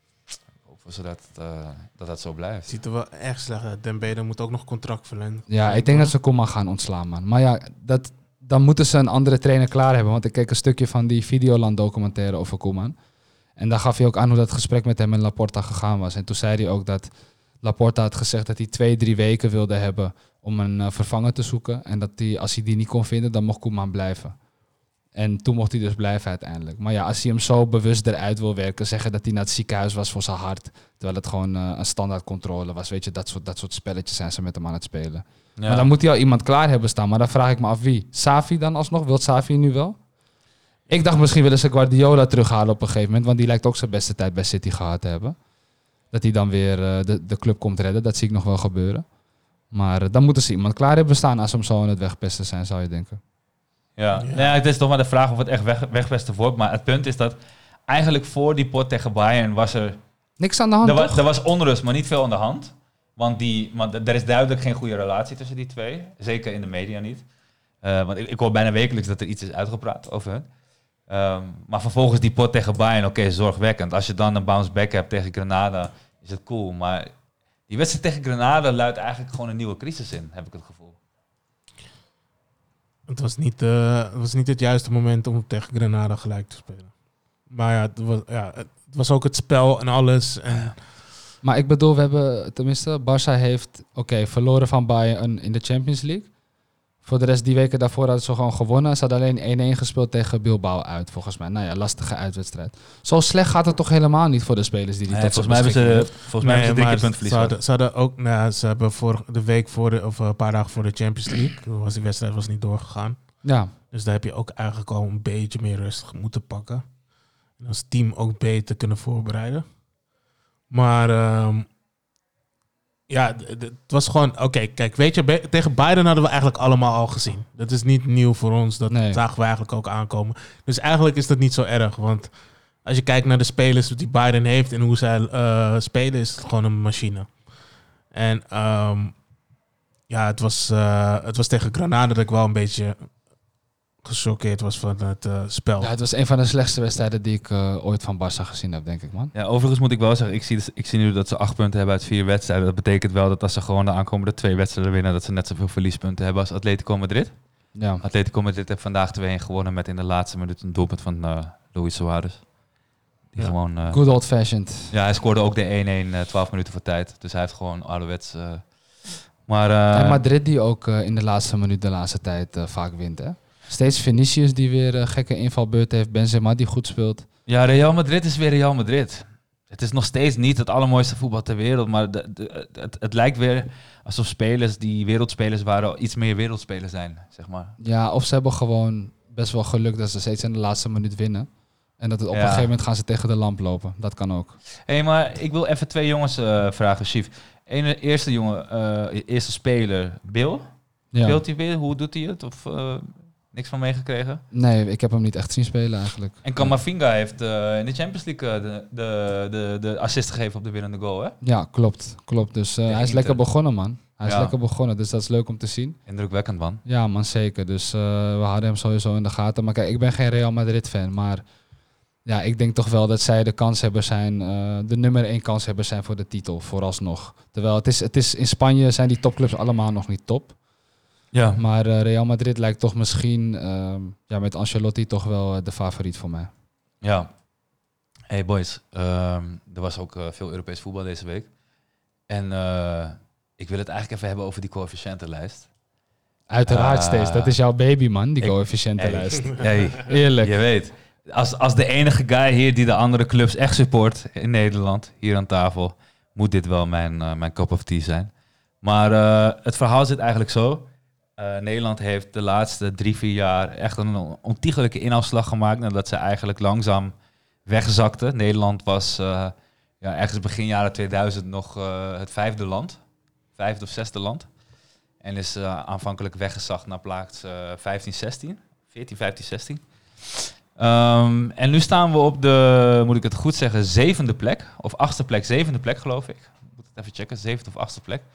dat zo blijft. Het ziet er wel erg slecht uit. Dembele moet ook nog contract verlengen. Ja, ik denk dat ze Koeman gaan ontslaan, man. Maar ja, dan moeten ze een andere trainer klaar hebben. Want ik keek een stukje van die Videoland documentaire over Koeman. En daar gaf hij ook aan hoe dat gesprek met hem en Laporta gegaan was. En toen zei hij ook dat Laporta had gezegd dat hij 2-3 weken wilde hebben om een vervanger te zoeken. En dat als hij die niet kon vinden, dan mocht Koeman blijven. En toen mocht hij dus blijven uiteindelijk. Maar ja, als hij hem zo bewust eruit wil werken, zeggen dat hij naar het ziekenhuis was voor zijn hart. Terwijl het gewoon een standaard controle was. Weet je, dat soort spelletjes zijn ze met hem aan het spelen. Ja. Maar dan moet hij al iemand klaar hebben staan. Maar dan vraag ik me af wie. Xavi dan alsnog? Wilt Xavi nu wel? Ik dacht misschien willen ze Guardiola terughalen op een gegeven moment. Want die lijkt ook zijn beste tijd bij City gehad te hebben. Dat hij dan weer de club komt redden. Dat zie ik nog wel gebeuren. Maar dan moeten ze iemand klaar hebben staan als ze hem zo aan het wegpesten zijn, zou je denken. Ja. Nou ja, het is toch maar de vraag of het echt wegpesten wordt. Maar het punt is dat eigenlijk voor die pot tegen Bayern was er... Niks aan de hand, toch? Er was onrust, maar niet veel aan de hand. Want er is duidelijk geen goede relatie tussen die twee. Zeker in de media niet. Want ik hoor bijna wekelijks dat er iets is uitgepraat over hen. Maar vervolgens die pot tegen Bayern, oké, zorgwekkend. Als je dan een bounce back hebt tegen Granada, is het cool. Maar die wedstrijd tegen Granada luidt eigenlijk gewoon een nieuwe crisis in, heb ik het gevoel. Het was niet het juiste moment om tegen Granada gelijk te spelen. Maar het was ook het spel en alles. En Maar ik bedoel, we hebben tenminste, Barça heeft verloren van Bayern in de Champions League. Voor de rest, die weken daarvoor hadden ze gewoon gewonnen. Ze hadden alleen 1-1 gespeeld tegen Bilbao uit, volgens mij. Nou ja, lastige uitwedstrijd. Zo slecht gaat het toch helemaal niet voor de spelers die Volgens mij hebben ze 3 keer puntverlies. Ze hebben een paar dagen voor de Champions League, die wedstrijd was niet doorgegaan. Ja. Dus daar heb je ook eigenlijk al een beetje meer rust moeten pakken. En als team ook beter kunnen voorbereiden. Maar het was gewoon... Oké, kijk, weet je, tegen Bayern hadden we eigenlijk allemaal al gezien. Dat is niet nieuw voor ons. Dat zagen we eigenlijk ook aankomen. Dus eigenlijk is dat niet zo erg. Want als je kijkt naar de spelers die Bayern heeft en hoe zij spelen, is het gewoon een machine. En het was tegen Granada dat ik wel een beetje gechoqueerd was van het spel. Ja, het was een van de slechtste wedstrijden die ik ooit van Barça gezien heb, denk ik, man. Ja, overigens moet ik wel zeggen, ik zie nu dat ze 8 punten hebben uit 4 wedstrijden. Dat betekent wel dat als ze gewoon de aankomende 2 wedstrijden winnen, dat ze net zoveel verliespunten hebben als Atletico Madrid. Ja. Atletico Madrid heeft vandaag 2-1 gewonnen met in de laatste minuut een doelpunt van Luis Suarez. Die gewoon... Good old fashioned. Ja, hij scoorde ook de 1-1 12 minuten voor tijd. Dus hij heeft gewoon ouderwets... en Madrid die ook in de laatste minuut de laatste tijd vaak wint, hè? Steeds Vinicius die weer een gekke invalbeurt heeft. Benzema die goed speelt. Ja, Real Madrid is weer Real Madrid. Het is nog steeds niet het allermooiste voetbal ter wereld. Maar het lijkt weer alsof spelers die wereldspelers waren iets meer wereldspelers zijn, zeg maar. Ja, of ze hebben gewoon best wel geluk dat ze steeds in de laatste minuut winnen. En dat het op een gegeven moment gaan ze tegen de lamp lopen. Dat kan ook. Hé, maar ik wil even 2 jongens vragen, Chief. Eerste jongen, eerste speler, Bill. Ja. Speelt hij weer? Hoe doet hij het? Of... niks van meegekregen? Nee, ik heb hem niet echt zien spelen eigenlijk. En Camavinga heeft in de Champions League de assist gegeven op de winnende goal, hè? Ja, klopt. Dus hij is lekker begonnen, man. Hij is lekker begonnen, dus dat is leuk om te zien. Indrukwekkend, man. Ja, man, zeker. Dus we hadden hem sowieso in de gaten. Maar kijk, ik ben geen Real Madrid-fan, maar ja, ik denk toch wel dat zij de kanshebbers zijn, de nummer 1 kanshebbers zijn voor de titel, vooralsnog. Terwijl het is in Spanje zijn die topclubs allemaal nog niet top. Ja. Maar Real Madrid lijkt toch misschien met Ancelotti toch wel de favoriet voor mij. Ja. Hey boys, er was ook veel Europees voetbal deze week. En ik wil het eigenlijk even hebben over die coëfficiëntenlijst. Uiteraard steeds, dat is jouw baby, man, die coëfficiëntenlijst. Hey, eerlijk. Je weet, als de enige guy hier die de andere clubs echt support in Nederland, hier aan tafel, moet dit wel mijn cup of tea zijn. Maar het verhaal zit eigenlijk zo. Nederland heeft de laatste 3-4 jaar echt een ontiegelijke inhaalslag gemaakt nadat ze eigenlijk langzaam wegzakten. Nederland was ergens begin jaren 2000 nog het 5e land. 5e of 6e land. En is aanvankelijk weggezakt naar plaats 15, 16. 14, 15, 16. En nu staan we op de, moet ik het goed zeggen, 7e plek. Of 8e plek, 7e plek geloof ik. Moet ik even checken, 7e of 8e plek.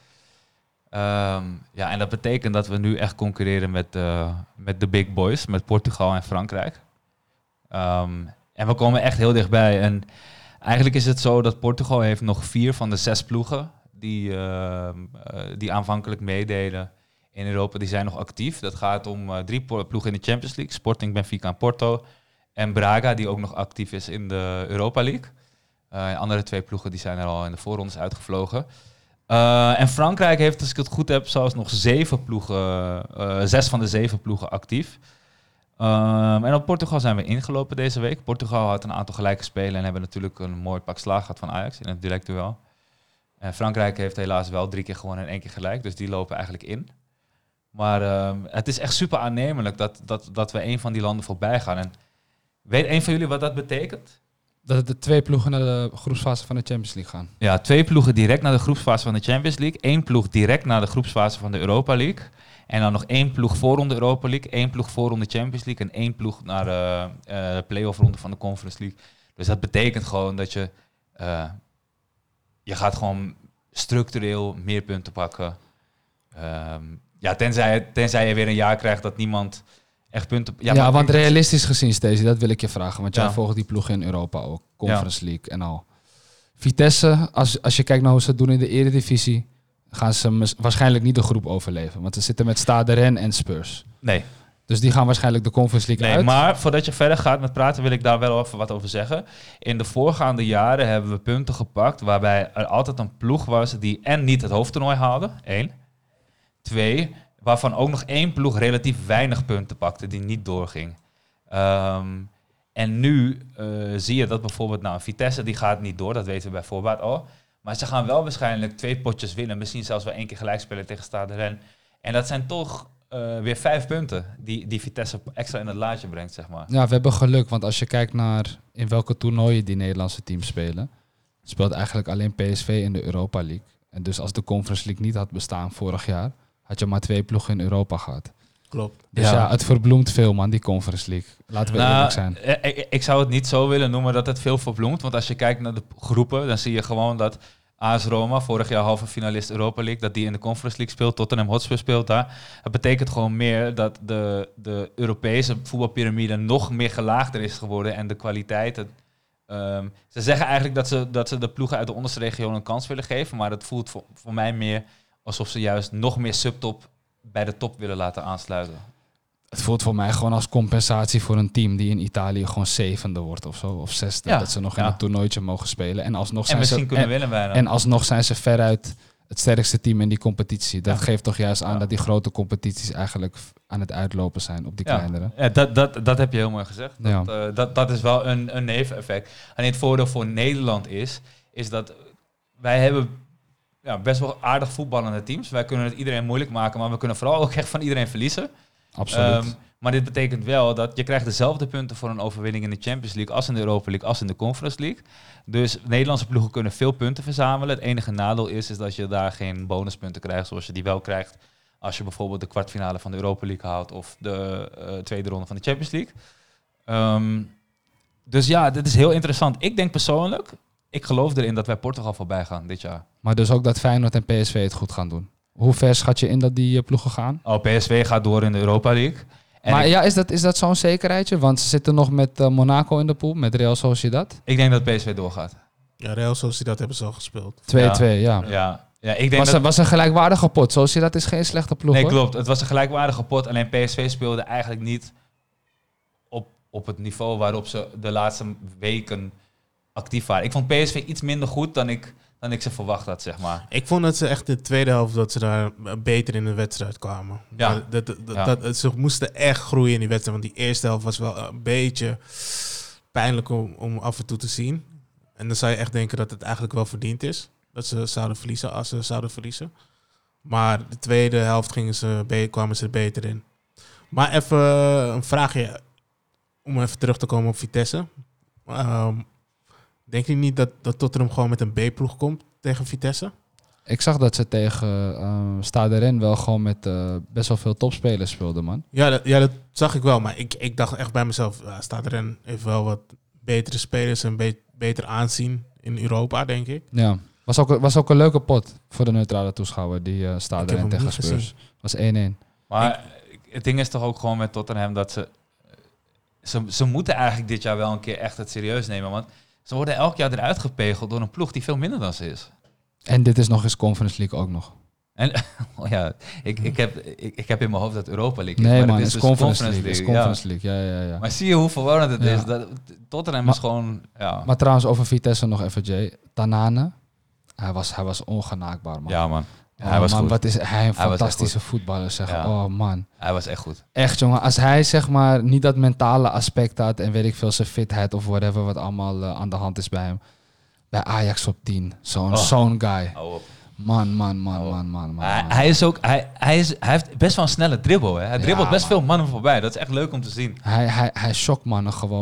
En dat betekent dat we nu echt concurreren met de big boys, met Portugal en Frankrijk. En we komen echt heel dichtbij. En eigenlijk is het zo dat Portugal heeft nog 4 van de 6 ploegen die aanvankelijk meededen in Europa, die zijn nog actief. Dat gaat om 3 ploegen in de Champions League, Sporting, Benfica en Porto. En Braga, die ook nog actief is in de Europa League. Andere 2 ploegen die zijn er al in de voorrondes uitgevlogen. En Frankrijk heeft, als ik het goed heb, zelfs nog 7 ploegen, 6 van de 7 ploegen actief. En op Portugal zijn we ingelopen deze week. Portugal had een aantal gelijke spelen en hebben natuurlijk een mooi pak slaag gehad van Ajax in het direct duel. En Frankrijk heeft helaas wel 3 keer gewonnen en 1 keer gelijk, dus die lopen eigenlijk in. Maar het is echt super aannemelijk dat we een van die landen voorbij gaan. En Weet een van jullie wat dat betekent? Dat de 2 ploegen naar de groepsfase van de Champions League gaan. Ja, 2 ploegen direct naar de groepsfase van de Champions League. 1 ploeg direct naar de groepsfase van de Europa League. En dan nog 1 ploeg voorronde Europa League, 1 ploeg voorronde Champions League en 1 ploeg naar de play-off ronde van de Conference League. Dus dat betekent gewoon dat je gaat gewoon structureel meer punten pakken. Tenzij je weer een jaar krijgt dat niemand echt punten... Ja, want realistisch gezien, Stacey, dat wil ik je vragen. Want jij Ja. volgt die ploeg in Europa ook. Conference League en al. Vitesse, als je kijkt naar hoe ze het doen in de Eredivisie, gaan ze waarschijnlijk niet de groep overleven. Want ze zitten met Stade Rennes en Spurs. Nee. Dus die gaan waarschijnlijk de Conference League Nee, uit. maar voordat je verder gaat met praten, wil ik daar wel even wat over zeggen. In de voorgaande jaren hebben we punten gepakt waarbij er altijd een ploeg was die en niet het hoofdtoernooi haalde. 1. 2. Waarvan ook nog 1 ploeg relatief weinig punten pakte die niet doorging. En nu zie je dat bijvoorbeeld, Vitesse die gaat niet door, dat weten we bij voorbaat al. Maar ze gaan wel waarschijnlijk 2 potjes winnen. Misschien zelfs wel 1 keer gelijk spelen tegen Stade Rennes. En dat zijn toch weer 5 punten die Vitesse extra in het laadje brengt, zeg maar. Ja, we hebben geluk. Want als je kijkt naar in welke toernooien die Nederlandse teams spelen, speelt eigenlijk alleen PSV in de Europa League. En dus als de Conference League niet had bestaan vorig jaar, had je maar 2 ploegen in Europa gehad. Klopt. Dus ja, het verbloemt veel, man, die Conference League. Laten we eerlijk zijn. Ik zou het niet zo willen noemen dat het veel verbloemt. Want als je kijkt naar de groepen, dan zie je gewoon dat AS Roma, vorig jaar halve finalist Europa League, dat die in de Conference League speelt. Tottenham Hotspur speelt daar. Het betekent gewoon meer dat de Europese voetbalpyramide nog meer gelaagder is geworden. En de kwaliteit... ze zeggen eigenlijk dat ze de ploegen uit de onderste regio een kans willen geven. Maar het voelt voor mij meer alsof ze juist nog meer subtop bij de top willen laten aansluiten. Het voelt voor mij gewoon als compensatie voor een team die in Italië gewoon 7e wordt of zo. Of 6e. Ja, Dat ze nog in het toernooitje mogen spelen. En alsnog En zijn misschien ze, kunnen winnen bijna. en alsnog zijn ze veruit het sterkste team in die competitie. Dat geeft toch juist aan Ja. dat die grote competities eigenlijk aan het uitlopen zijn op die kleinere. Ja, dat heb je heel mooi gezegd. Ja. Dat is wel een neveneffect. En het voordeel voor Nederland is dat wij hebben best wel aardig voetballende teams. Wij kunnen het iedereen moeilijk maken, maar we kunnen vooral ook echt van iedereen verliezen. Absoluut. Maar dit betekent wel dat je krijgt dezelfde punten voor een overwinning in de Champions League als in de Europa League, als in de Conference League. Dus Nederlandse ploegen kunnen veel punten verzamelen. Het enige nadeel is dat je daar geen bonuspunten krijgt zoals je die wel krijgt als je bijvoorbeeld de kwartfinale van de Europa League haalt of de tweede ronde van de Champions League. Dus ja, dit is heel interessant. Ik denk persoonlijk, ik geloof erin dat wij Portugal voorbij gaan dit jaar. Maar dus ook dat Feyenoord en PSV het goed gaan doen. Hoe ver schat je in dat die ploegen gaan? PSV gaat door in de Europa League. En Maar is dat zo'n zekerheidje? Want ze zitten nog met Monaco in de pool, met Real Sociedad. ik denk dat PSV doorgaat. Ja, Real Sociedad hebben ze al gespeeld. 2-2, ja. Ja, ik denk Was een gelijkwaardige pot. Sociedad is geen slechte ploeg, Nee, hoor. klopt. Het was een gelijkwaardige pot. Alleen PSV speelde eigenlijk niet op het niveau waarop ze de laatste weken actief waren. Ik vond PSV iets minder goed dan ik ze verwacht had, zeg maar. Ik vond dat ze echt de tweede helft dat ze daar beter in de wedstrijd kwamen. Ja. Maar ze moesten echt groeien in die wedstrijd. Want die eerste helft was wel een beetje pijnlijk om af en toe te zien. En dan zou je echt denken dat het eigenlijk wel verdiend is. Dat ze zouden verliezen als ze zouden verliezen. Maar de tweede helft kwamen ze er beter in. Maar even een vraagje om even terug te komen op Vitesse. Denk je niet dat Tottenham gewoon met een B-ploeg komt tegen Vitesse? Ik zag dat ze tegen Stade Rennes wel gewoon met best wel veel topspelers speelden, man. Ja, dat zag ik wel. Maar ik dacht echt bij mezelf, Stade Rennes heeft wel wat betere spelers en beter aanzien in Europa, denk ik. Ja. Was ook een leuke pot voor de neutrale toeschouwer, die Stade Ik heb Rennes hem tegen niet Spurs. Was 1-1. Maar het ding is toch ook gewoon met Tottenham dat ze moeten eigenlijk dit jaar wel een keer echt het serieus nemen. Want ze worden elk jaar eruit gepegeld door een ploeg die veel minder dan ze is. En dit is nog eens Conference League ook nog. En ik heb in mijn hoofd dat Europa League is. Nee, maar man, het het is is dus Conference League. Het is Conference ja. League, ja. Maar zie je hoe verwarrend het Ja. is? Tottenham is gewoon... Ja, Maar trouwens, over Vitesse nog even, Jay. Tanane, hij was ongenaakbaar, man. ja man. Ja, Oh, hij was man, goed. wat is hij een Hij was echt fantastische voetballer, zeg. Ja. Oh, man. Hij was echt goed. Echt, jongen. Als hij, zeg maar, niet dat mentale aspect had en weet ik veel, zijn fitheid of whatever, wat allemaal aan de hand is bij hem. Bij Ajax op 10. Zo'n guy. Hou op. Man. Hij heeft best wel een snelle dribbel. Hè? Hij dribbelt best man. veel mannen voorbij. Dat is echt leuk om te zien. Hij shokt mannen gewoon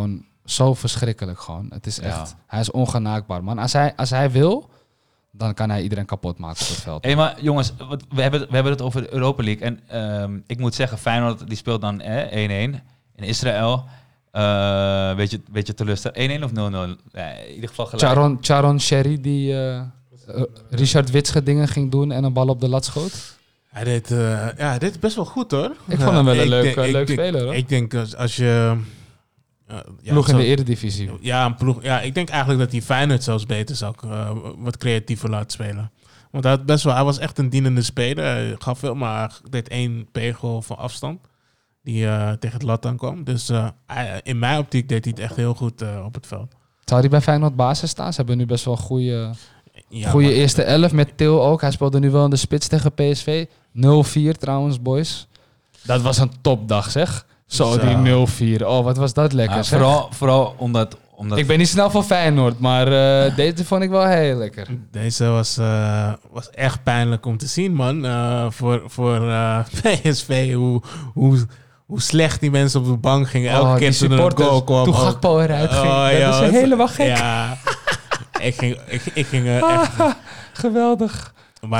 zo verschrikkelijk gewoon. Het is echt... Hij is ongenaakbaar, man. Als hij wil, dan kan hij iedereen kapot maken op het veld. Hey, maar jongens, we hebben het over de Europa League. En ik moet zeggen, Feyenoord die speelt dan 1-1 in Israël. Weet je teleurstellend? 1-1 of 0-0? In ieder geval gelijk. Charon Sherry die Richard Witsche dingen ging doen en een bal op de lat schoot. Hij deed best wel goed, hoor. Ik vond hem wel een leuk speler, hoor. Ik denk als je... Ploeg in de Eredivisie. Ja, een ploeg. Ja, ik denk eigenlijk dat hij Feyenoord zelfs beter zou wat creatiever laten spelen. Want hij was echt een dienende speler. Hij gaf veel, maar hij deed 1 pegel van afstand die tegen het lat aankwam. Dus in mijn optiek deed hij het echt heel goed op het veld. Zou hij bij Feyenoord basis staan? Ze hebben nu best wel goede maar, eerste 11 met Til ook. Hij speelde nu wel in de spits tegen PSV. 0-4 trouwens, boys. Dat was een topdag, zeg. Zo, die 0-4. Oh, wat was dat lekker, zeg. Vooral omdat... Ik ben niet snel van Feyenoord, maar deze vond ik wel heel lekker. Deze was echt pijnlijk om te zien, man. Voor PSV, hoe slecht die mensen op de bank gingen. Elke keer toen er een goal kwam. Toen Gakpo eruit ging. Dat is helemaal gek. Ja, ik ging echt... Geweldig. Maar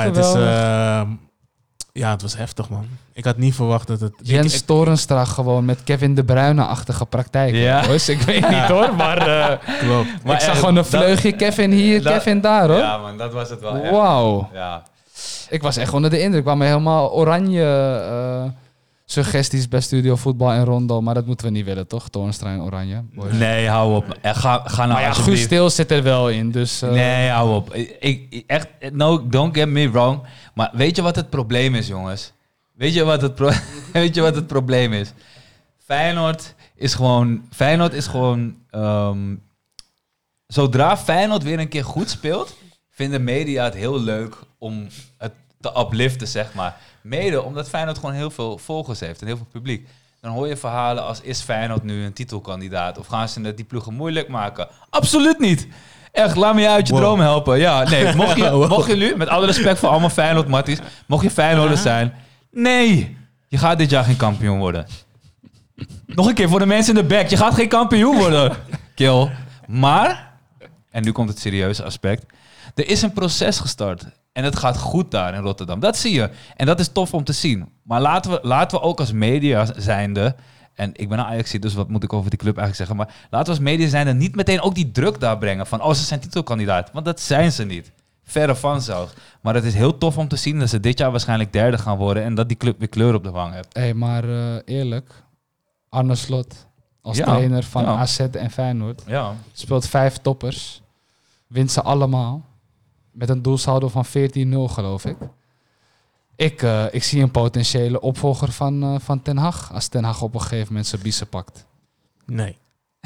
het was heftig, man. Ik had niet verwacht dat het... Jens Torenstra gewoon met Kevin De Bruyne-achtige praktijken. Ja. Boys. Ik weet niet hoor, maar... Klopt. Maar ik zag gewoon een vleugje Kevin hier, Kevin daar, hoor. Ja, man, dat was het wel echt. Wauw. Ja. Ik was echt onder de indruk. Ik kwam me helemaal oranje suggesties bij Studio Voetbal en Rondo. Maar dat moeten we niet willen, toch? Torenstra en oranje. Boys. Nee, hou op. Ga nou maar ja, Guus Stil zit er wel in, dus... Nee, hou op. Echt, no, don't get me wrong. Maar weet je wat het probleem is, jongens? Weet je wat het probleem is? Feyenoord is gewoon... zodra Feyenoord weer een keer goed speelt, vinden media het heel leuk om het te upliften, zeg maar. Mede omdat Feyenoord gewoon heel veel volgers heeft en heel veel publiek. Dan hoor je verhalen als, is Feyenoord nu een titelkandidaat? Of gaan ze die ploegen moeilijk maken? Absoluut niet! Echt, laat me je uit je droom helpen. Ja, nee, mocht je nu, met alle respect voor allemaal Feyenoord-matties, mocht je Feyenoorder zijn, nee, je gaat dit jaar geen kampioen worden. Nog een keer voor de mensen in de back, je gaat geen kampioen worden, kill. Maar, en nu komt het serieuze aspect, er is een proces gestart. En het gaat goed daar in Rotterdam. Dat zie je. En dat is tof om te zien. Maar laten we ook als media zijnde... En ik ben een Ajaxie, dus wat moet ik over die club eigenlijk zeggen? Maar laten we als media zijnde niet meteen ook die druk daar brengen. Van, ze zijn titelkandidaat. Want dat zijn ze niet. Verre van zelfs. Maar het is heel tof om te zien dat ze dit jaar waarschijnlijk derde gaan worden. En dat die club weer kleur op de wang heeft. Hé, maar eerlijk. Arne Slot als trainer van AZ en Feyenoord. Ja. Speelt 5 toppers. Wint ze allemaal. Met een doelsaldo van 14-0, geloof ik. Ik zie een potentiële opvolger van Ten Hag. Als Ten Hag op een gegeven moment zijn biezen pakt. Nee.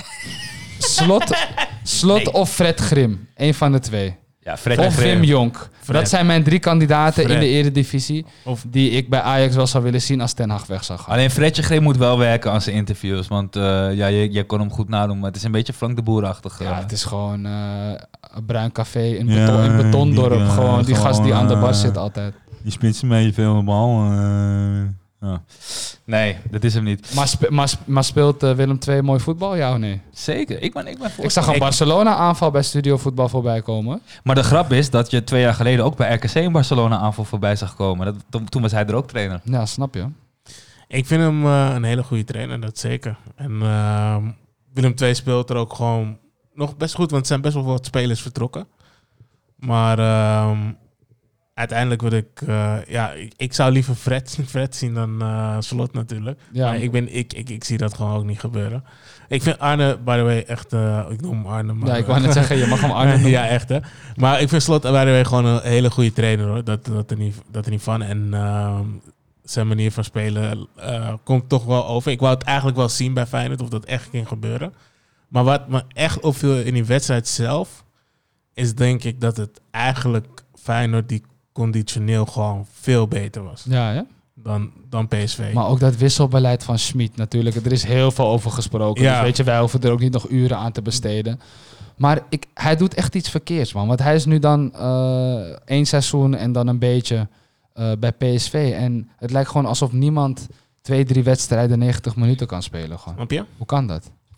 Slot of Fred Grim. Eén van de twee. Ja, Fred of Wim Jonk. Dat zijn mijn 3 kandidaten in de Eredivisie. Die ik bij Ajax wel zou willen zien als Ten Hag weg zou gaan. Alleen Fredje Grim moet wel werken aan zijn interviews. Want je kon hem goed nadoen. Maar het is een beetje Frank de Boer-achtig. Ja, het is gewoon een bruin café in Betondorp. Gewoon die gast die aan de bar zit altijd. Die spitsen mee veel de bal. Ja. Nee, dat is hem niet. Maar speelt Willem II mooi voetbal, ja of nee? Zeker. Ik ben voor. Ik zag een Barcelona-aanval bij Studio Voetbal voorbij komen. Maar de grap is dat je 2 jaar geleden ook bij RKC een Barcelona-aanval voorbij zag komen. Toen was hij er ook trainer. Ja, snap je. Ik vind hem een hele goede trainer, dat zeker. En Willem II speelt er ook gewoon nog best goed, want er zijn best wel wat spelers vertrokken. Maar... uiteindelijk wil ik zou liever Fred zien dan Slot natuurlijk. Ja. Maar ik zie dat gewoon ook niet gebeuren. Ik vind Arne, by the way, echt... ik noem hem Arne. Maar, ja, ik wou net zeggen, je mag hem Arne noemen. Ja, echt hè. Maar ik vind Slot, by the way, gewoon een hele goede trainer hoor. Dat er niet van. En zijn manier van spelen komt toch wel over. Ik wou het eigenlijk wel zien bij Feyenoord of dat echt ging gebeuren. Maar wat me echt opviel in die wedstrijd zelf... is denk ik dat het eigenlijk Feyenoord die conditioneel gewoon veel beter was. Ja, hè? Dan PSV. Maar ook dat wisselbeleid van Schmid natuurlijk. Er is heel veel over gesproken. Ja. Dus weet je, wij hoeven er ook niet nog uren aan te besteden. Maar hij doet echt iets verkeerds, man. Want hij is nu dan 1 seizoen en dan een beetje bij PSV. En het lijkt gewoon alsof niemand 2-3 wedstrijden 90 minuten kan spelen. Gewoon. Snap je? Hoe kan dat?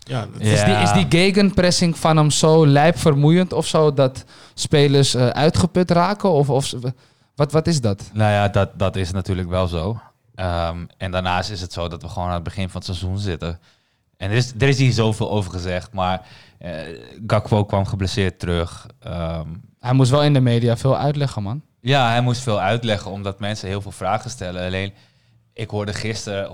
Ja, dat Ja. Is die gegenpressing van hem zo lijp vermoeiend of zo dat spelers uitgeput raken? Wat is dat? Nou ja, dat is natuurlijk wel zo. En daarnaast is het zo dat we gewoon aan het begin van het seizoen zitten. En er is hier zoveel over gezegd, maar Gakpo kwam geblesseerd terug. Hij moest wel in de media veel uitleggen, man. Ja, hij moest veel uitleggen omdat mensen heel veel vragen stellen. Alleen, gisteren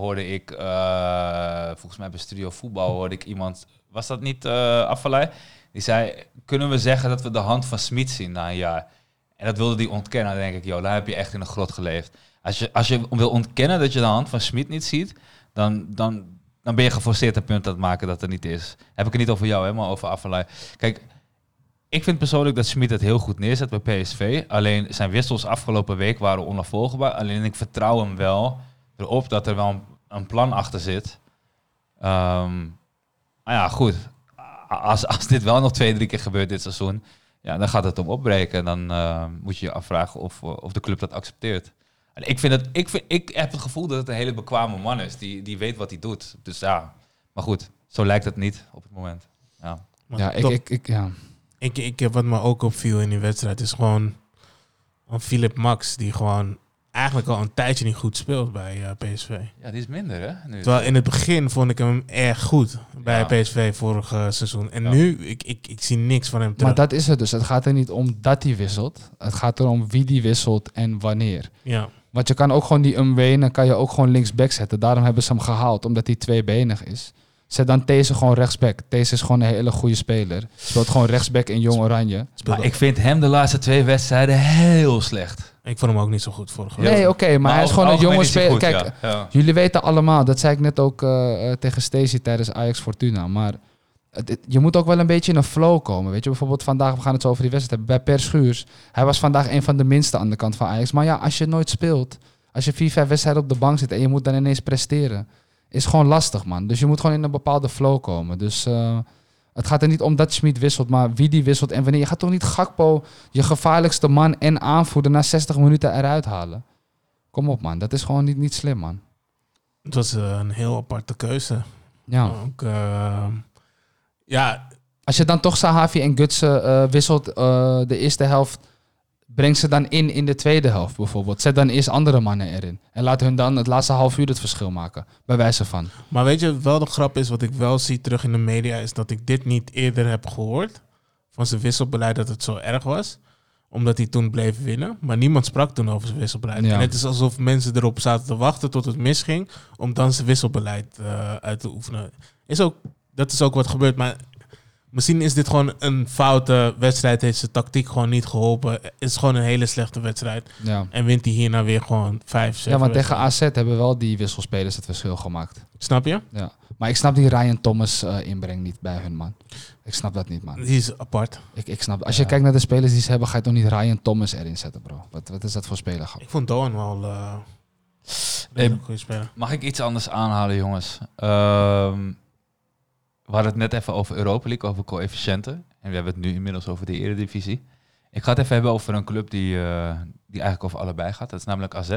volgens mij bij Studio Voetbal hoorde ik iemand, was dat niet Afvallei? Die zei, kunnen we zeggen dat we de hand van Smit zien na een jaar? En dat wilde die ontkennen. Dan denk ik, joh, daar heb je echt in een grot geleefd. Als je wil ontkennen dat je de hand van Smit niet ziet, dan ben je geforceerd een punt aan het maken dat er niet is. Heb ik het niet over jou, hè, maar over Afvallei. Kijk, ik vind persoonlijk dat Smit het heel goed neerzet bij PSV. Alleen zijn wissels afgelopen week waren onafvolgbaar. Alleen ik vertrouw hem wel erop dat er wel een plan achter zit. Maar ja, goed. Als dit wel nog 2-3 keer gebeurt dit seizoen, ja, dan gaat het hem opbreken. Dan moet je je afvragen of de club dat accepteert. En ik heb het gevoel dat het een hele bekwame man is. Die weet wat hij doet. Dus ja, maar goed. Zo lijkt het niet op het moment. Ja. Ja, Ik heb wat me ook opviel in die wedstrijd is gewoon Philip Max, die gewoon eigenlijk al een tijdje niet goed speelt bij PSV. Ja, die is minder, hè? Nu. Terwijl in het begin vond ik hem erg goed bij Ja. PSV vorig seizoen. En Ja. nu, ik zie niks van hem terug. Maar dat is het dus. Het gaat er niet om dat hij wisselt. Het gaat erom wie die wisselt en wanneer. Ja. Want je kan ook gewoon die Mwene kan je ook gewoon linksback zetten. Daarom hebben ze hem gehaald, omdat hij tweebenig is. Zet dan These gewoon rechtsback. These is gewoon een hele goede speler. Speelt gewoon rechtsback in Jong Oranje. Maar ik vind hem de laatste 2 wedstrijden heel slecht. Ik vond hem ook niet zo goed vorige week. Nee, oké, maar hij is over gewoon een het jonge algemeen is hij speler. goed, Kijk, ja. jullie weten allemaal, dat zei ik net ook tegen Stacey tijdens Ajax Fortuna. Maar je moet ook wel een beetje in een flow komen. Weet je, bijvoorbeeld vandaag, we gaan het zo over die wedstrijd hebben. Bij Per Schuurs, hij was vandaag een van de minste aan de kant van Ajax. Maar ja, als je nooit speelt, als je 4-5 wedstrijden op de bank zit en je moet dan ineens presteren, is gewoon lastig, man. Dus je moet gewoon in een bepaalde flow komen. Dus het gaat er niet om dat Schmid wisselt, maar wie die wisselt en wanneer. Je gaat toch niet Gakpo, je gevaarlijkste man en aanvoerder, na 60 minuten eruit halen? Kom op, man. Dat is gewoon niet slim, man. Het was een heel aparte keuze. Ja. Ook, ja, Als je dan toch Sahavi en Gutsen wisselt de eerste helft, breng ze dan in de tweede helft bijvoorbeeld. Zet dan eerst andere mannen erin. En laat hun dan het laatste half uur het verschil maken. Bij wijze van. maar weet je, wel de grap is, wat ik wel zie terug in de media, is dat ik dit niet eerder heb gehoord. Van zijn wisselbeleid, dat het zo erg was. Omdat hij toen bleef winnen. Maar niemand sprak toen over zijn wisselbeleid. Ja. En het is alsof mensen erop zaten te wachten tot het misging, om dan zijn wisselbeleid uit te oefenen. Dat is ook wat gebeurt, maar misschien is dit gewoon een foute wedstrijd. Heeft zijn tactiek gewoon niet geholpen. Het is gewoon een hele slechte wedstrijd. Ja. En wint hij hierna weer gewoon 5, 7 Ja, want tegen wedstrijden. AZ hebben wel die wisselspelers het verschil gemaakt. Snap je? Ja. Maar ik snap die Ryan Thomas inbreng niet bij hun, man. Ik snap dat niet, man. Die is apart. Ik snap. Als je kijkt naar de spelers die ze hebben, ga je toch niet Ryan Thomas erin zetten, bro. Wat is dat voor speler? Gap? Ik vond Doan wel een goede speler. Mag ik iets anders aanhalen, jongens? We hadden het net even over Europa League, over coëfficiënten. En we hebben het nu inmiddels over de Eredivisie. Ik ga het even hebben over een club die eigenlijk over allebei gaat. Dat is namelijk AZ.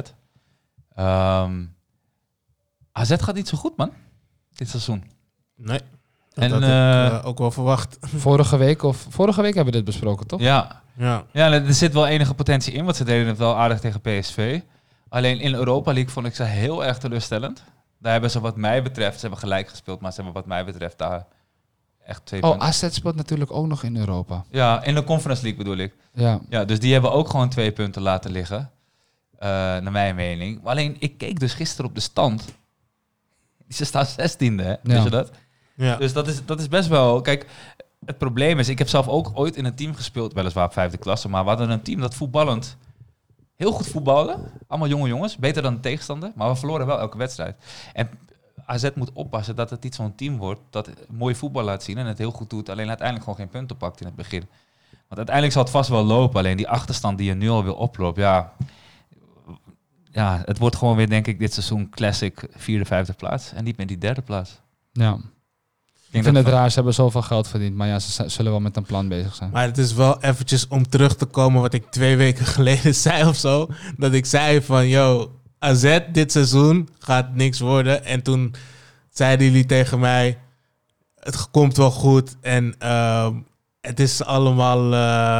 AZ gaat niet zo goed, man. Dit seizoen. Nee. Dat En, had ik ook wel verwacht. Vorige week hebben we dit besproken, toch? Ja. Ja. Ja, er zit wel enige potentie in, want ze deden het wel aardig tegen PSV. Alleen in Europa League vond ik ze heel erg teleurstellend. Daar hebben ze wat mij betreft, ze hebben gelijk gespeeld, maar ze hebben wat mij betreft daar echt 2 Oh, punten. AZ speelt natuurlijk ook nog in Europa. Ja, in de Conference League bedoel ik. Ja. Ja, dus die hebben ook gewoon 2 punten laten liggen. Naar mijn mening. Maar alleen, ik keek dus gisteren op de stand. Ze staan 16e, hè? Weet je dat? Ja. Dus dat is best wel... Kijk, het probleem is, ik heb zelf ook ooit in een team gespeeld, weliswaar op 5e klasse, maar we hadden een team dat voetballend heel goed voetbalde. Allemaal jonge jongens, beter dan de tegenstander, maar we verloren wel elke wedstrijd. En AZ moet oppassen dat het niet zo'n team wordt dat mooi voetbal laat zien en het heel goed doet, alleen uiteindelijk gewoon geen punten pakt in het begin. Want uiteindelijk zal het vast wel lopen, alleen die achterstand die je nu alweer oploopt, ja, het wordt gewoon weer, denk ik, dit seizoen classic 4e, 5e plaats en niet meer die 3e plaats. Ja. Ik vind het raar, ze hebben zoveel geld verdiend. Maar ja, ze zullen wel met een plan bezig zijn. Maar het is wel eventjes om terug te komen wat ik 2 weken geleden zei of zo. Dat ik zei van, yo, AZ dit seizoen gaat niks worden. En toen zeiden jullie tegen mij, het komt wel goed. En het is allemaal...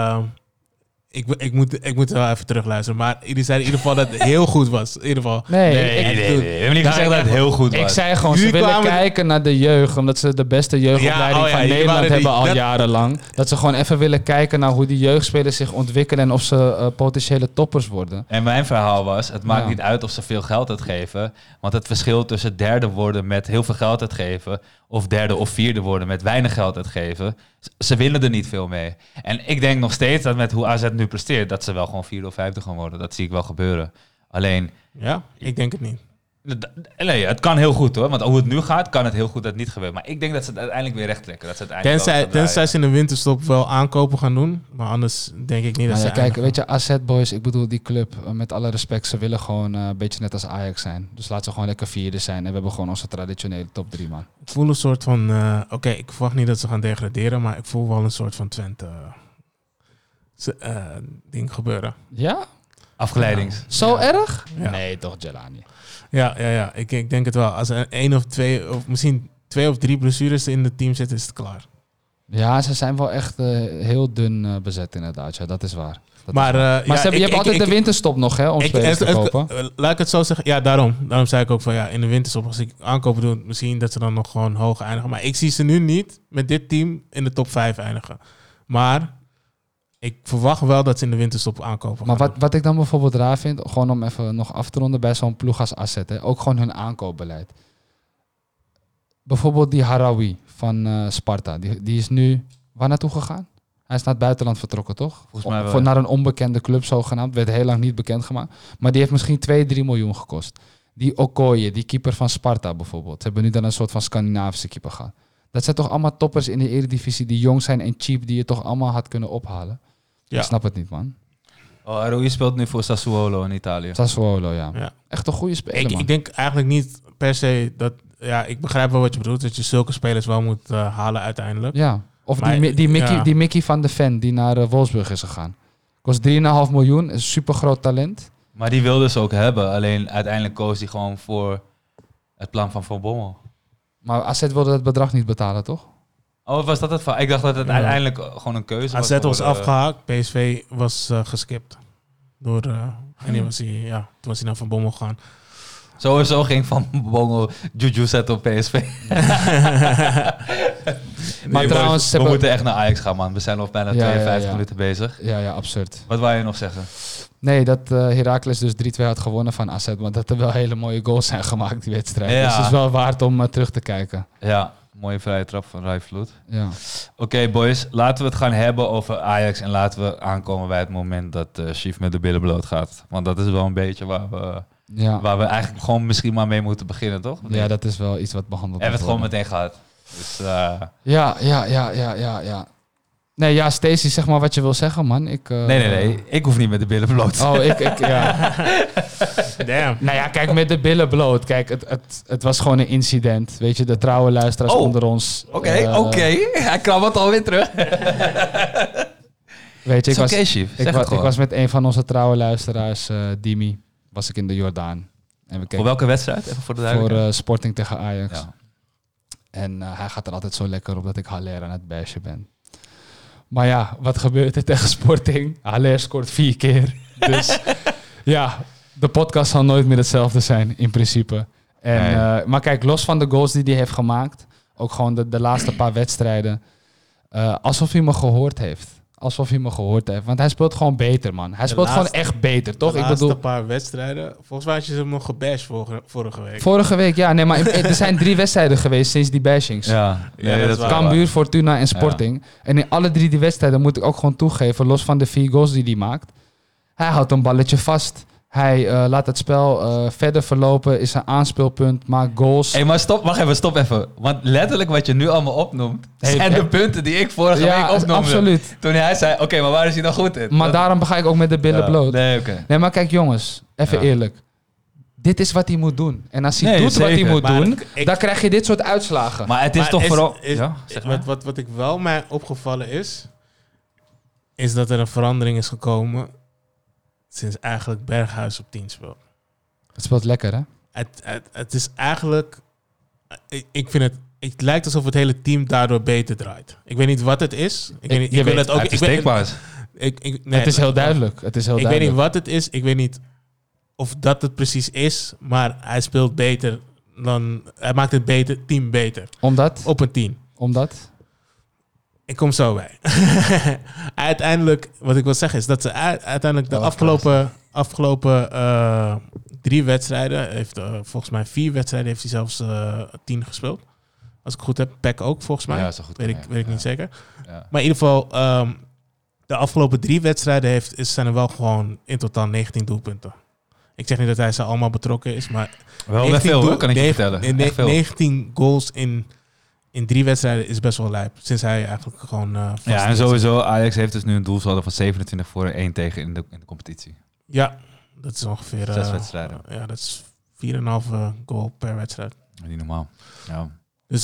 Ik moet wel even terugluisteren. Maar jullie zeiden in ieder geval dat het heel goed was. In ieder geval. Nee, We hebben niet gezegd dat het heel goed was. Ik zei gewoon, ze Jullie willen kwamen- kijken naar de jeugd. Omdat ze de beste jeugdopleiding van jullie Nederland waren hebben al dat- jarenlang. Dat ze gewoon even willen kijken naar hoe die jeugdspelers zich ontwikkelen. En of ze potentiële toppers worden. En mijn verhaal was, het maakt Ja. niet uit of ze veel geld uitgeven. Want het verschil tussen derde worden met heel veel geld uitgeven... of derde of vierde worden met weinig geld uitgeven... ze winnen er niet veel mee. En ik denk nog steeds dat met hoe AZ nu presteert... dat ze wel gewoon vierde of vijfde gaan worden. Dat zie ik wel gebeuren. Alleen, Ja, ik denk het niet. nee, het kan heel goed hoor. Want hoe het nu gaat, kan het heel goed dat het niet gebeurt. Maar ik denk dat ze het uiteindelijk weer recht trekken. Dat ze het uiteindelijk Tenzij ze in de winterstop wel aankopen gaan doen. Maar anders denk ik niet dat Maar ze ja, kijk, eindigen. weet je, AZ Boys, ik bedoel die club, met alle respect, ze willen gewoon een beetje net als Ajax zijn. Dus laat ze gewoon lekker vierde zijn. En we hebben gewoon onze traditionele top 3, man. Ik voel een soort van... Oké, ik verwacht niet dat ze gaan degraderen. Maar ik voel wel een soort van Twente ding gebeuren. Ja? Afgeleidings. Zo erg? Ja. Nee, toch, Jelani. Ja. Ik denk het wel. Als er 1 of 2 of misschien 2 of 3 blessures in het team zitten, is het klaar. Ja, ze zijn wel echt heel dun bezet inderdaad. Ja, dat is waar. Maar, Maar je hebt altijd de winterstop nog, hè, om spelers te kopen. Laat ik het zo zeggen. Ja, daarom zei ik ook van in de winterstop, als ik aankopen doe, misschien dat ze dan nog gewoon hoog eindigen. Maar ik zie ze nu niet met dit team in de top 5 eindigen. Maar ik verwacht wel dat ze in de winterstop aankopen. Maar gaan wat ik dan bijvoorbeeld raar vind, gewoon om even nog af te ronden bij zo'n ploeg als AZ, hè, ook gewoon hun aankoopbeleid. Bijvoorbeeld die Harawi van Sparta, die is nu waar naartoe gegaan? Hij is naar het buitenland vertrokken, toch? Volgens mij wel. Naar een onbekende club zogenaamd, werd heel lang niet bekendgemaakt. Maar die heeft misschien 2-3 miljoen gekost. Die Okoye, die keeper van Sparta bijvoorbeeld. Ze hebben nu dan een soort van Scandinavische keeper gehad. Dat zijn toch allemaal toppers in de Eredivisie die jong zijn en cheap, die je toch allemaal had kunnen ophalen? Ja. Ik snap het niet, man. Oh, Rui speelt nu voor Sassuolo in Italië. Sassuolo, ja. Ja. Echt een goede speler, man. Ik denk eigenlijk niet per se dat... Ja, ik begrijp wel wat je bedoelt. Dat je zulke spelers wel moet halen uiteindelijk. Ja. Of Maar, die Mickey van de Ven, die naar Wolfsburg is gegaan. Kost 3,5 miljoen, is een super groot talent. Maar die wilden ze ook hebben. Alleen uiteindelijk koos hij gewoon voor het plan van Van Bommel. Maar AZ wilde dat bedrag niet betalen, toch? Oh, was dat het van? Ik dacht dat het Ja. uiteindelijk gewoon een keuze was. AZ was voor, afgehaakt. PSV was geskipt. Door... en toen was hij naar Van Bommel gegaan. Sowieso ging Van Bommel Juju zetten op PSV. Maar trouwens, ze we hebben- moeten echt naar Ajax gaan, man. We zijn al bijna Ja, 52 ja. minuten bezig. Ja, absurd. Wat wou je nog zeggen? Nee, dat Heracles dus 3-2 had gewonnen van AZ. Maar dat er wel hele mooie goals zijn gemaakt, die wedstrijd. Ja. Dus het is wel waard om terug te kijken. Ja, mooie vrije trap van Rijvloed. Ja. Oké, boys. Laten we het gaan hebben over Ajax. En laten we aankomen bij het moment dat Chief met de billen bloot gaat. Want dat is wel een beetje waar we eigenlijk gewoon misschien maar mee moeten beginnen, toch? Ja, dat is wel iets wat behandeld Hebben we het moet gewoon worden. meteen gehad. Dus Ja. Nee, ja, Stacey, zeg maar wat je wil zeggen, man. nee. Ik hoef niet met de billen bloot. Oh, ja. Damn. Nou ja, kijk, met de billen bloot. Kijk, het was gewoon een incident. Weet je, de trouwe luisteraars Oh. onder ons. Oké. Hij krabbelt alweer terug. Weet je, Is oké, Chief. Zeg het ik gewoon. was met een van onze trouwe luisteraars, Dimi, was ik in de Jordaan. En we Voor keken welke wedstrijd? Even voor de duidelijkheid. Sporting tegen Ajax. Ja. En hij gaat er altijd zo lekker op dat ik Haller aan het bashen ben. Maar ja, wat gebeurt er tegen Sporting? Haller scoort 4 keer. Dus ja, de podcast zal nooit meer hetzelfde zijn, in principe. En, Nee. maar kijk, los van de goals die hij heeft gemaakt, ook gewoon de laatste paar wedstrijden, alsof hij me gehoord heeft. Want hij speelt gewoon beter, man. Hij speelt laatste- gewoon echt beter, toch? De laatste paar wedstrijden. Volgens mij had je ze hem nog gebashed vorige week. Vorige week, ja. Nee, maar er zijn 3 wedstrijden geweest sinds die bashings. Ja, Ja, dat is waar. Cambuur, Fortuna en Sporting. En in alle 3 die wedstrijden moet ik ook gewoon toegeven, los van de 4 goals die hij maakt. Hij houdt een balletje vast. Hij laat het spel verder verlopen, is een aanspeelpunt, maakt goals. Hey, maar stop even. Want letterlijk wat je nu allemaal opnoemt, zijn de punten die ik vorige week opnoemde. absoluut. Toen hij zei, oké, maar waar is hij dan goed in? Maar daarom ga ik ook met de billen Ja, bloot. Nee, oké. Nee, maar kijk jongens, even Ja. eerlijk. Dit is wat hij moet doen. En als hij Nee, doet wat hij zeker. moet Maar doen, ik- dan krijg je dit soort uitslagen. Maar het is toch vooral... ja, zeg maar. Wat ik wel mij opgevallen is dat er een verandering is gekomen sinds eigenlijk Berghuis op 10 speelt. Het speelt lekker, hè? Het is eigenlijk... Ik vind het het lijkt alsof het hele team daardoor beter draait. Ik weet niet wat het is. Ik Hij heeft de steekpaas. Het is heel duidelijk. Het is heel Ik weet duidelijk. niet wat het is. Ik weet niet of dat het precies is. Maar hij speelt beter dan... Hij maakt het team beter. Omdat? Op een 10. Omdat? Ik kom zo bij. Uiteindelijk, wat ik wil zeggen is dat ze uiteindelijk de afgelopen 3 wedstrijden... heeft volgens mij 4 wedstrijden heeft hij zelfs 10 gespeeld. Als ik goed heb. Peck ook volgens mij. Ja, is dat goed. Weet ik niet zeker. Ja. Maar in ieder geval... de afgelopen 3 wedstrijden zijn er wel gewoon in totaal 19 doelpunten. Ik zeg niet dat hij ze allemaal betrokken is, maar... Wel veel hoor, kan ik je vertellen. Echt veel. 19 goals in 3 wedstrijden is best wel lijp. Sinds hij eigenlijk gewoon... Ja, en sowieso, Ajax heeft dus nu een doelsaldo van 27 voor 1 tegen in de competitie. Ja, dat is ongeveer... 6 wedstrijden. Ja, dat is 4,5 goal per wedstrijd. Niet normaal. Ja. Dus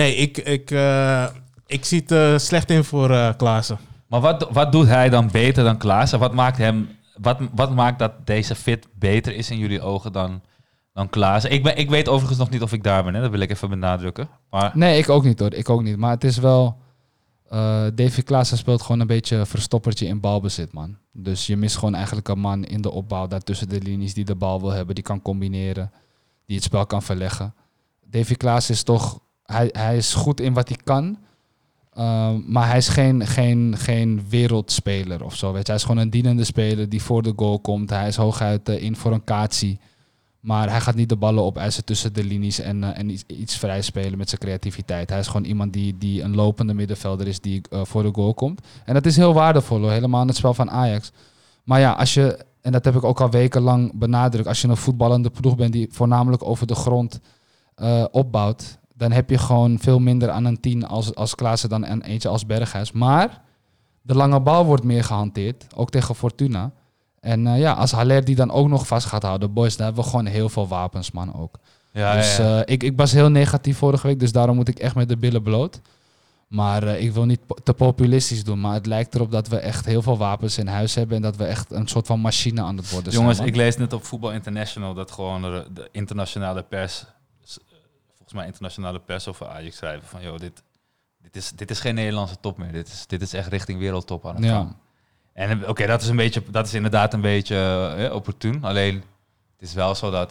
ik zie het slecht in voor Klaassen. Maar wat doet hij dan beter dan Klaassen? Wat maakt dat deze fit beter is in jullie ogen dan Klaassen? Ik weet overigens nog niet of ik daar ben. Hè? Dat wil ik even benadrukken. Maar... Nee, ik ook niet hoor. Ik ook niet. Maar het is wel... Davy Klaassen speelt gewoon een beetje verstoppertje in balbezit, man. Dus je mist gewoon eigenlijk een man in de opbouw daar tussen de linies die de bal wil hebben, die kan combineren, die het spel kan verleggen. Davy Klaassen is toch... Hij is goed in wat hij kan... maar hij is geen wereldspeler of zo. Weet je. Hij is gewoon een dienende speler die voor de goal komt. Hij is hooguit in voor een kaatsie. Maar hij gaat niet de ballen opeisen tussen de linies en iets vrij spelen met zijn creativiteit. Hij is gewoon iemand die een lopende middenvelder is die voor de goal komt. En dat is heel waardevol hoor, helemaal in het spel van Ajax. Maar ja, als je, en dat heb ik ook al wekenlang benadrukt, als je een voetballende ploeg bent die voornamelijk over de grond opbouwt, dan heb je gewoon veel minder aan een 10 als Klaassen dan aan eentje als Berghuis. Maar de lange bal wordt meer gehanteerd, ook tegen Fortuna. En als Haller die dan ook nog vast gaat houden, boys, daar hebben we gewoon heel veel wapens, man, ook. Ja, dus ja. Ik was heel negatief vorige week, dus daarom moet ik echt met de billen bloot. Maar ik wil niet te populistisch doen, maar het lijkt erop dat we echt heel veel wapens in huis hebben en dat we echt een soort van machine aan het worden Jongens, zijn. ik lees net op Voetbal International dat gewoon de internationale pers, volgens mij internationale pers over Ajax schrijven van, joh, dit is geen Nederlandse top meer. Dit is echt richting wereldtop aan het gaan. En oké, dat is inderdaad een beetje opportun. Alleen, het is wel zo dat...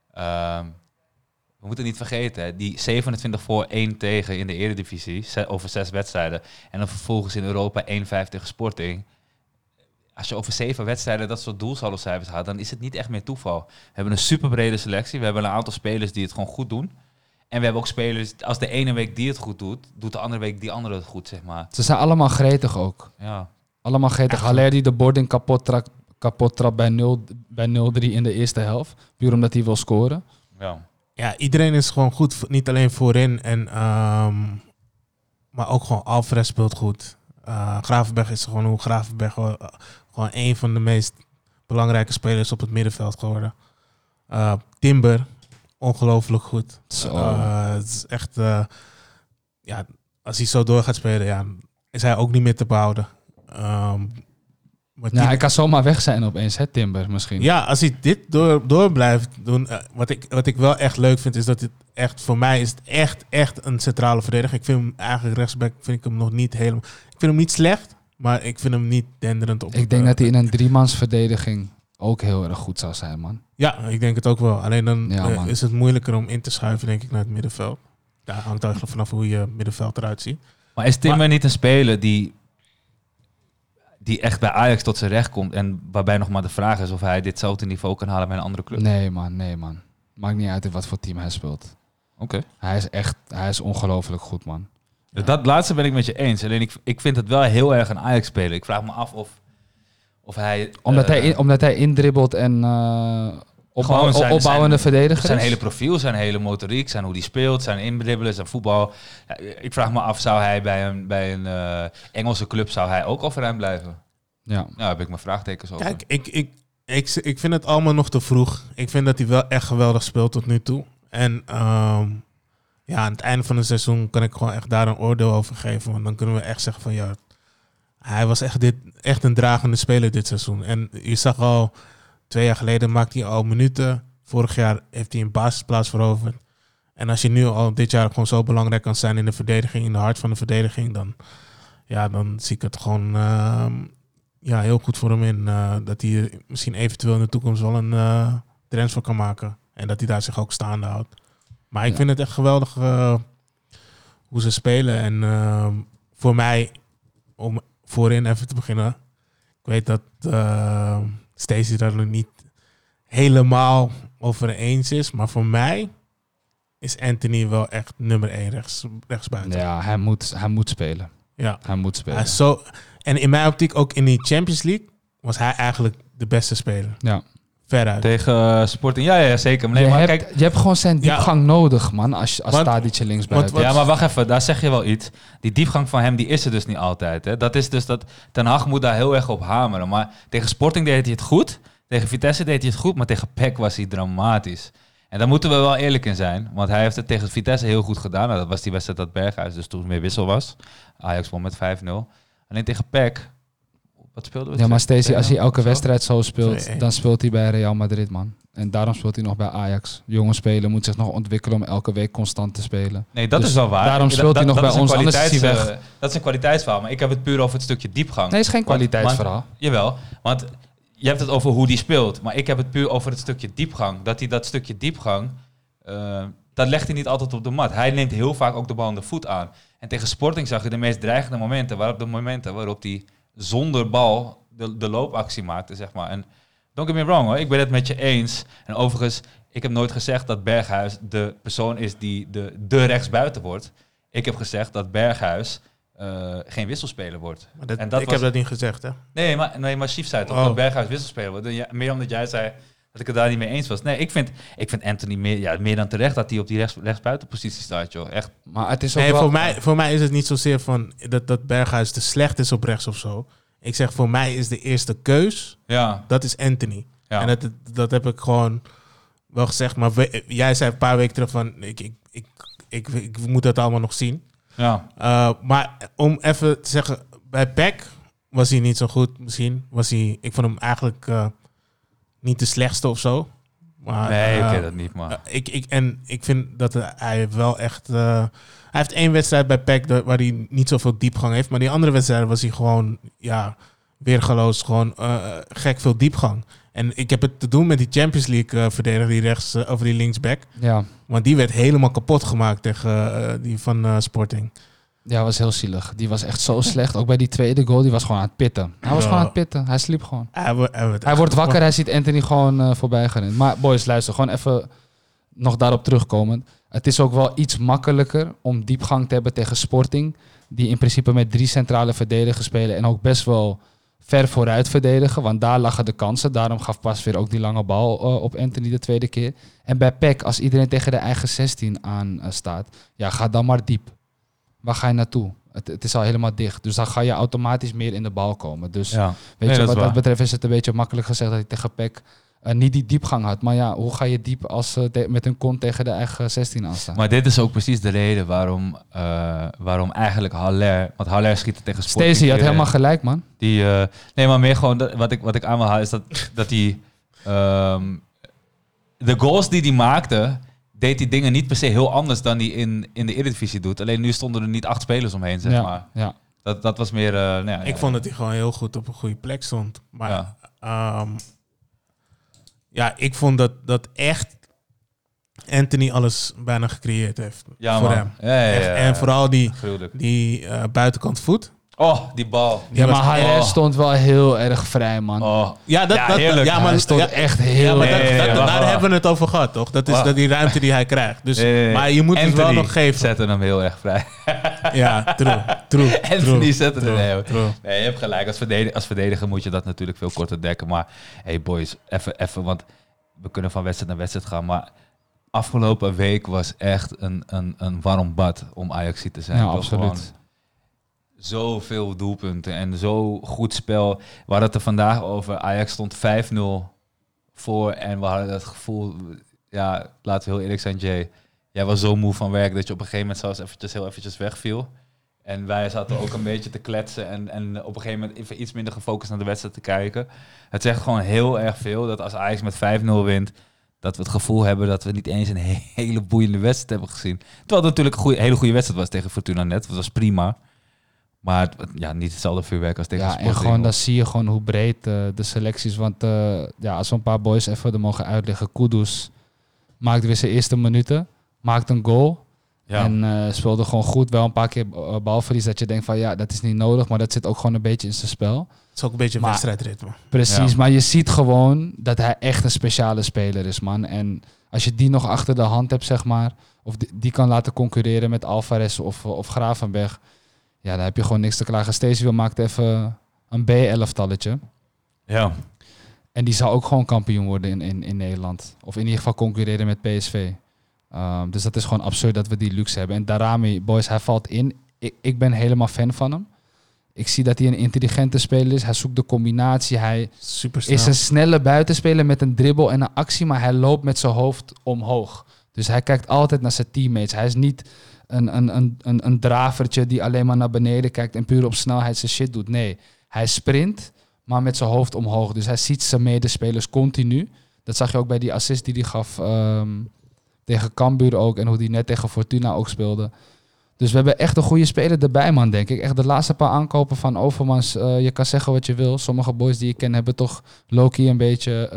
we moeten niet vergeten, hè, die 27 voor 1 tegen in de Eredivisie, over 6 wedstrijden. En dan vervolgens in Europa 1-5 tegen Sporting. Als je over 7 wedstrijden dat soort doelsaldocijfers haalt, dan is het niet echt meer toeval. We hebben een super brede selectie. We hebben een aantal spelers die het gewoon goed doen. En we hebben ook spelers, als de ene week die het goed doet, doet de andere week die andere het goed, zeg maar. Ze zijn allemaal gretig ook. Ja. Allemaal gretig. Haller die de boarding kapot trapt bij 0-3 in de eerste helft. Puur omdat hij wil scoren. Ja, iedereen is gewoon goed. Niet alleen voorin. Maar ook gewoon Alvarez speelt goed. Gravenberg is gewoon hoe Gravenberg gewoon een van de meest belangrijke spelers op het middenveld geworden. Timber, ongelooflijk goed. Het is echt... als hij zo door gaat spelen, is hij ook niet meer te behouden. Hij kan zomaar weg zijn opeens, hè, Timber misschien. Ja, als hij dit door blijft doen... Wat ik wel echt leuk vind, is dat het echt... Voor mij is het echt een centrale verdediger. Ik vind hem eigenlijk rechtsback, vind ik hem nog niet helemaal... Ik vind hem niet slecht, maar ik vind hem niet denderend op. Ik denk dat hij in een 3-mansverdediging ook heel erg goed zou zijn, man. Ja, ik denk het ook wel. Alleen dan is het moeilijker om in te schuiven, denk ik, naar het middenveld. Daar hangt eigenlijk vanaf hoe je middenveld eruit ziet. Maar is Timber niet een speler die echt bij Ajax tot zijn recht komt en waarbij nog maar de vraag is of hij ditzelfde niveau kan halen bij een andere club? Nee, man. Maakt niet uit in wat voor team hij speelt. Oké. Hij is ongelooflijk goed, man. Ja. Dat laatste ben ik met je eens. Alleen ik vind het wel heel erg een Ajax speler. Ik vraag me af of hij... Omdat hij indribbelt en opbouwende verdediger zijn is? hele profiel, zijn hele motoriek, zijn hoe hij speelt, zijn indribbelen, zijn voetbal. Ja, ik vraag me af, zou hij bij een Engelse club zou hij ook overeind blijven? Ja. Nou, daar heb ik mijn vraagtekens over. Kijk, ik vind het allemaal nog te vroeg. Ik vind dat hij wel echt geweldig speelt tot nu toe. En aan het einde van het seizoen kan ik gewoon echt daar een oordeel over geven. Want dan kunnen we echt zeggen van hij was echt een dragende speler dit seizoen. En je zag al, 2 jaar geleden maakte hij al minuten. Vorig jaar heeft hij een basisplaats veroverd. En als je nu al dit jaar gewoon zo belangrijk kan zijn in de verdediging, in de hart van de verdediging, dan zie ik het gewoon heel goed voor hem in. Dat hij misschien eventueel in de toekomst wel een transfer kan maken. En dat hij daar zich ook staande houdt. Maar ik vind het echt geweldig hoe ze spelen. En voor mij, om voorin even te beginnen. Ik weet dat Stacey daar nog niet helemaal over eens is. Maar voor mij is Anthony wel echt nummer 1 rechtsbuiten. Ja, hij moet spelen. Ja. Hij moet spelen. Hij is zo, en in mijn optiek ook in die Champions League was hij eigenlijk de beste speler. Ja. Veruit. Tegen Sporting, ja, zeker. Maar nee, maar kijk, je hebt gewoon zijn diepgang nodig, man, als Tadic linksbuiten. Ja, maar wacht even, daar zeg je wel iets. Die diepgang van hem, die is er dus niet altijd. Hè. Dat is dus dat Ten Hag moet daar heel erg op hameren. Maar tegen Sporting deed hij het goed. Tegen Vitesse deed hij het goed. Maar tegen PEC was hij dramatisch. En daar moeten we wel eerlijk in zijn. Want hij heeft het tegen Vitesse heel goed gedaan. Nou, dat was die wedstrijd dat Berghuis dus toen weer wissel was. Ajax won met 5-0. Alleen tegen PEC... Wat speelde we? Ja, maar Stacey, als hij elke wedstrijd zo 2-1. speelt, dan speelt hij bij Real Madrid, man. En daarom speelt hij nog bij Ajax. Jonge speler moet zich nog ontwikkelen om elke week constant te spelen. Nee, dat Dus is wel waar. daarom speelt hij nog bij ons, anders is hij weg. Dat is een kwaliteitsverhaal, maar ik heb het puur over het stukje diepgang. Nee, is geen kwaliteitsverhaal. Jawel, want je hebt het over hoe die speelt. Maar ik heb het puur over het stukje diepgang. Dat hij dat stukje diepgang, dat legt hij niet altijd op de mat. Hij neemt heel vaak ook de bal aan de voet aan. En tegen Sporting zag je de meest dreigende momenten, waarop hij zonder bal de loopactie maakte, zeg maar. En don't get me wrong, hoor. Ik ben het met je eens. En overigens, ik heb nooit gezegd dat Berghuis de persoon is die de rechtsbuiten wordt. Ik heb gezegd dat Berghuis geen wisselspeler wordt. Maar ik heb dat niet gezegd, hè? Nee, maar Chief zei toch dat Berghuis wisselspeler wordt. Ja, meer omdat jij zei dat ik het daar niet mee eens was. Nee, ik vind Anthony meer dan terecht dat hij op die rechtsbuitenpositie staat, joh. Echt. Maar het is ook voor mij is het niet zozeer van dat Berghuis te slecht is op rechts of zo. Ik zeg, voor mij is de eerste keus, dat is Anthony. Ja. En dat heb ik gewoon wel gezegd. Maar jij zei een paar weken terug van, ik moet dat allemaal nog zien. Ja. Maar om even te zeggen, bij PEC was hij niet zo goed. Misschien was ik vond hem eigenlijk niet de slechtste of zo. Maar, nee, ik ken dat niet, maar... Ik vind dat hij wel echt... hij heeft 1 wedstrijd bij PEC waar hij niet zoveel diepgang heeft. Maar die andere wedstrijd was hij gewoon weergaloos. Gewoon gek veel diepgang. En ik heb het te doen met die Champions League verdediger die rechts over die linksback. Ja. Want die werd helemaal kapot gemaakt tegen die van Sporting. Ja, was heel zielig. Die was echt zo slecht. Ook bij die tweede goal, die was gewoon aan het pitten. Hij was gewoon aan het pitten. Hij sliep gewoon. Hij wordt wakker, hij ziet Anthony gewoon voorbij gerend. Maar boys, luister, gewoon even nog daarop terugkomen. Het is ook wel iets makkelijker om diepgang te hebben tegen Sporting. Die in principe met 3 centrale verdedigers spelen. En ook best wel ver vooruit verdedigen. Want daar lagen de kansen. Daarom gaf pas weer ook die lange bal op Anthony de tweede keer. En bij PEC, als iedereen tegen de eigen 16 aan staat. Ja, ga dan maar diep. Waar ga je naartoe? Het is al helemaal dicht. Dus dan ga je automatisch meer in de bal komen. Dus weet je, wat dat betreft is het een beetje makkelijk gezegd dat hij tegen PEC niet die diepgang had. Maar ja, hoe ga je diep als met een kont tegen de eigen 16 aanstaan? Maar dit is ook precies de reden waarom eigenlijk Haller... Want Haller schiet er tegen Sporting. Stacey had helemaal gelijk, man. Nee, maar meer gewoon wat ik aan wil halen is dat hij... de goals die hij maakte... deed die dingen niet per se heel anders dan die in de Eredivisie doet. Alleen nu stonden er niet 8 spelers omheen, zeg maar. Ja. Dat was meer... ik vond dat hij gewoon heel goed op een goede plek stond. Maar ik vond dat echt Anthony alles bijna gecreëerd heeft voor hem. Ja. En vooral die buitenkant voet. Oh, die bal. Maar hij stond wel heel erg vrij, man. Oh. Ja, heerlijk. Ja, maar hij stond echt heel erg. Daar hebben we het over gehad, toch? Dat is die ruimte die hij krijgt. Dus, maar je moet het wel nog geven. Zette hem heel erg vrij. Ja, true. Anthony zette hem heel. Nee, je hebt gelijk. Als verdediger moet je dat natuurlijk veel korter dekken. Maar hey boys, even, want we kunnen van wedstrijd naar wedstrijd gaan. Maar afgelopen week was echt een warm bad om Ajax te zijn. Ja, absoluut. Zoveel doelpunten en zo goed spel. We hadden het er vandaag over. Ajax stond 5-0 voor en we hadden het gevoel... Ja, laten we heel eerlijk zijn, Jay. Jij was zo moe van werk dat je op een gegeven moment zelfs heel eventjes wegviel. En wij zaten ook een beetje te kletsen en op een gegeven moment even iets minder gefocust naar de wedstrijd te kijken. Het zegt gewoon heel erg veel dat als Ajax met 5-0 wint, dat we het gevoel hebben dat we niet eens een hele boeiende wedstrijd hebben gezien. Terwijl het natuurlijk een hele goede wedstrijd was tegen Fortuna net. Dat was prima. Maar niet hetzelfde vuurwerk als tegen Sporting. En gewoon, dan zie je gewoon hoe breed de selectie is. Want als we een paar boys even er mogen uitleggen. Kudus maakt weer zijn eerste minuten. Maakt een goal. Ja. En speelde gewoon goed. Wel een paar keer balverlies dat je denkt van dat is niet nodig. Maar dat zit ook gewoon een beetje in zijn spel. Het is ook een beetje wedstrijdritme. Precies, maar je ziet gewoon dat hij echt een speciale speler is, man. En als je die nog achter de hand hebt, zeg maar. Of die kan laten concurreren met Alvarez of Gravenberg. Ja, dan heb je gewoon niks te klagen. Staceyville maakt even een B-11-talletje. Ja. En die zou ook gewoon kampioen worden in Nederland. Of in ieder geval concurreren met PSV. Dus dat is gewoon absurd dat we die luxe hebben. En Darami, boys, hij valt in. Ik ben helemaal fan van hem. Ik zie dat hij een intelligente speler is. Hij zoekt de combinatie. Hij is een snelle buitenspeler met een dribbel en een actie. Maar hij loopt met zijn hoofd omhoog. Dus hij kijkt altijd naar zijn teammates. Hij is niet een dravertje die alleen maar naar beneden kijkt en puur op snelheid zijn shit doet. Nee, hij sprint, maar met zijn hoofd omhoog. Dus hij ziet zijn medespelers continu. Dat zag je ook bij die assist die hij gaf tegen Cambuur ook. En hoe hij net tegen Fortuna ook speelde. Dus we hebben echt een goede speler erbij, man, denk ik. Echt de laatste paar aankopen van Overmars. Je kan zeggen wat je wil. Sommige boys die ik ken hebben toch low-key een beetje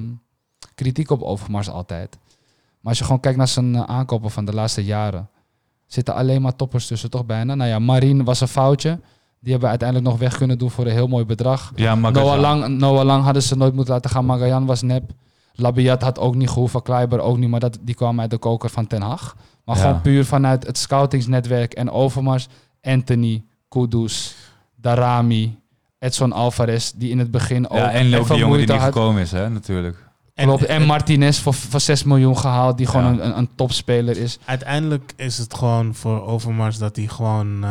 kritiek op Overmars altijd. Maar als je gewoon kijkt naar zijn aankopen van de laatste jaren, zitten alleen maar toppers tussen, toch bijna. Nou ja, Marien was een foutje. Die hebben we uiteindelijk nog weg kunnen doen voor een heel mooi bedrag. Ja, Noah Lang hadden ze nooit moeten laten gaan. Magajan was nep. Labiat had ook niet gehoeven. Kleiber ook niet. Maar die kwam uit de koker van Ten Hag. Maar gewoon puur vanuit het scoutingsnetwerk en Overmars. Anthony, Kudus, Darami, Edson Alvarez. Die in het begin ook en ook die jongen die niet gekomen is, hè, natuurlijk. Klopt. En Martinez voor 6 miljoen gehaald. Die gewoon een topspeler is. Uiteindelijk is het gewoon voor Overmars dat hij gewoon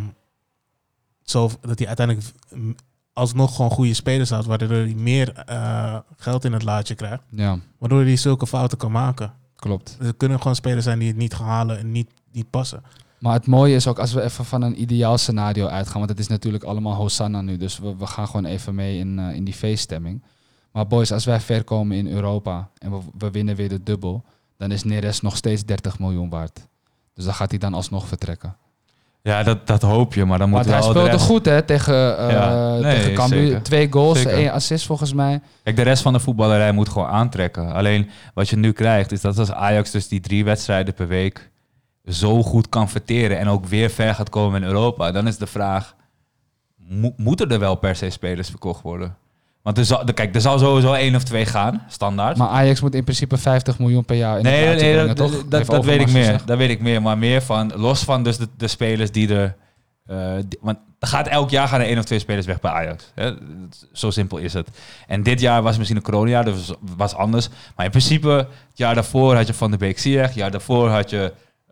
dat hij uiteindelijk alsnog gewoon goede spelers had, waardoor hij meer geld in het laadje krijgt. Ja. Waardoor hij zulke fouten kan maken. Klopt. Er kunnen gewoon spelers zijn die het niet gaan halen en niet passen. Maar het mooie is ook, als we even van een ideaal scenario uitgaan, want het is natuurlijk allemaal Hosanna nu, dus we gaan gewoon even mee in die feeststemming. Maar boys, als wij ver komen in Europa en we winnen weer de dubbel, dan is Neres nog steeds 30 miljoen waard. Dus dan gaat hij dan alsnog vertrekken. Ja, dat hoop je, maar dan moet hij speelde goed, hè, tegen Cambuur. Zeker. 2 goals, Zeker. 1 assist volgens mij. Kijk, de rest van de voetballerij moet gewoon aantrekken. Alleen wat je nu krijgt, is dat als Ajax dus die 3 wedstrijden per week zo goed kan verteren en ook weer ver gaat komen in Europa, dan is de vraag, moeten er wel per se spelers verkocht worden? Want er zal sowieso 1 of 2 gaan, standaard. Maar Ajax moet in principe 50 miljoen per jaar in het laatje brengen, toch? Dat weet ik meer. Dat weet ik meer. Maar meer van, los van dus de spelers die er... want elk jaar gaan er 1 of 2 spelers weg bij Ajax. Hè? Zo simpel is het. En dit jaar was misschien een coronajaar, dus was anders. Maar in principe, het jaar daarvoor had je Van der Beek Ziyech. Het jaar daarvoor had je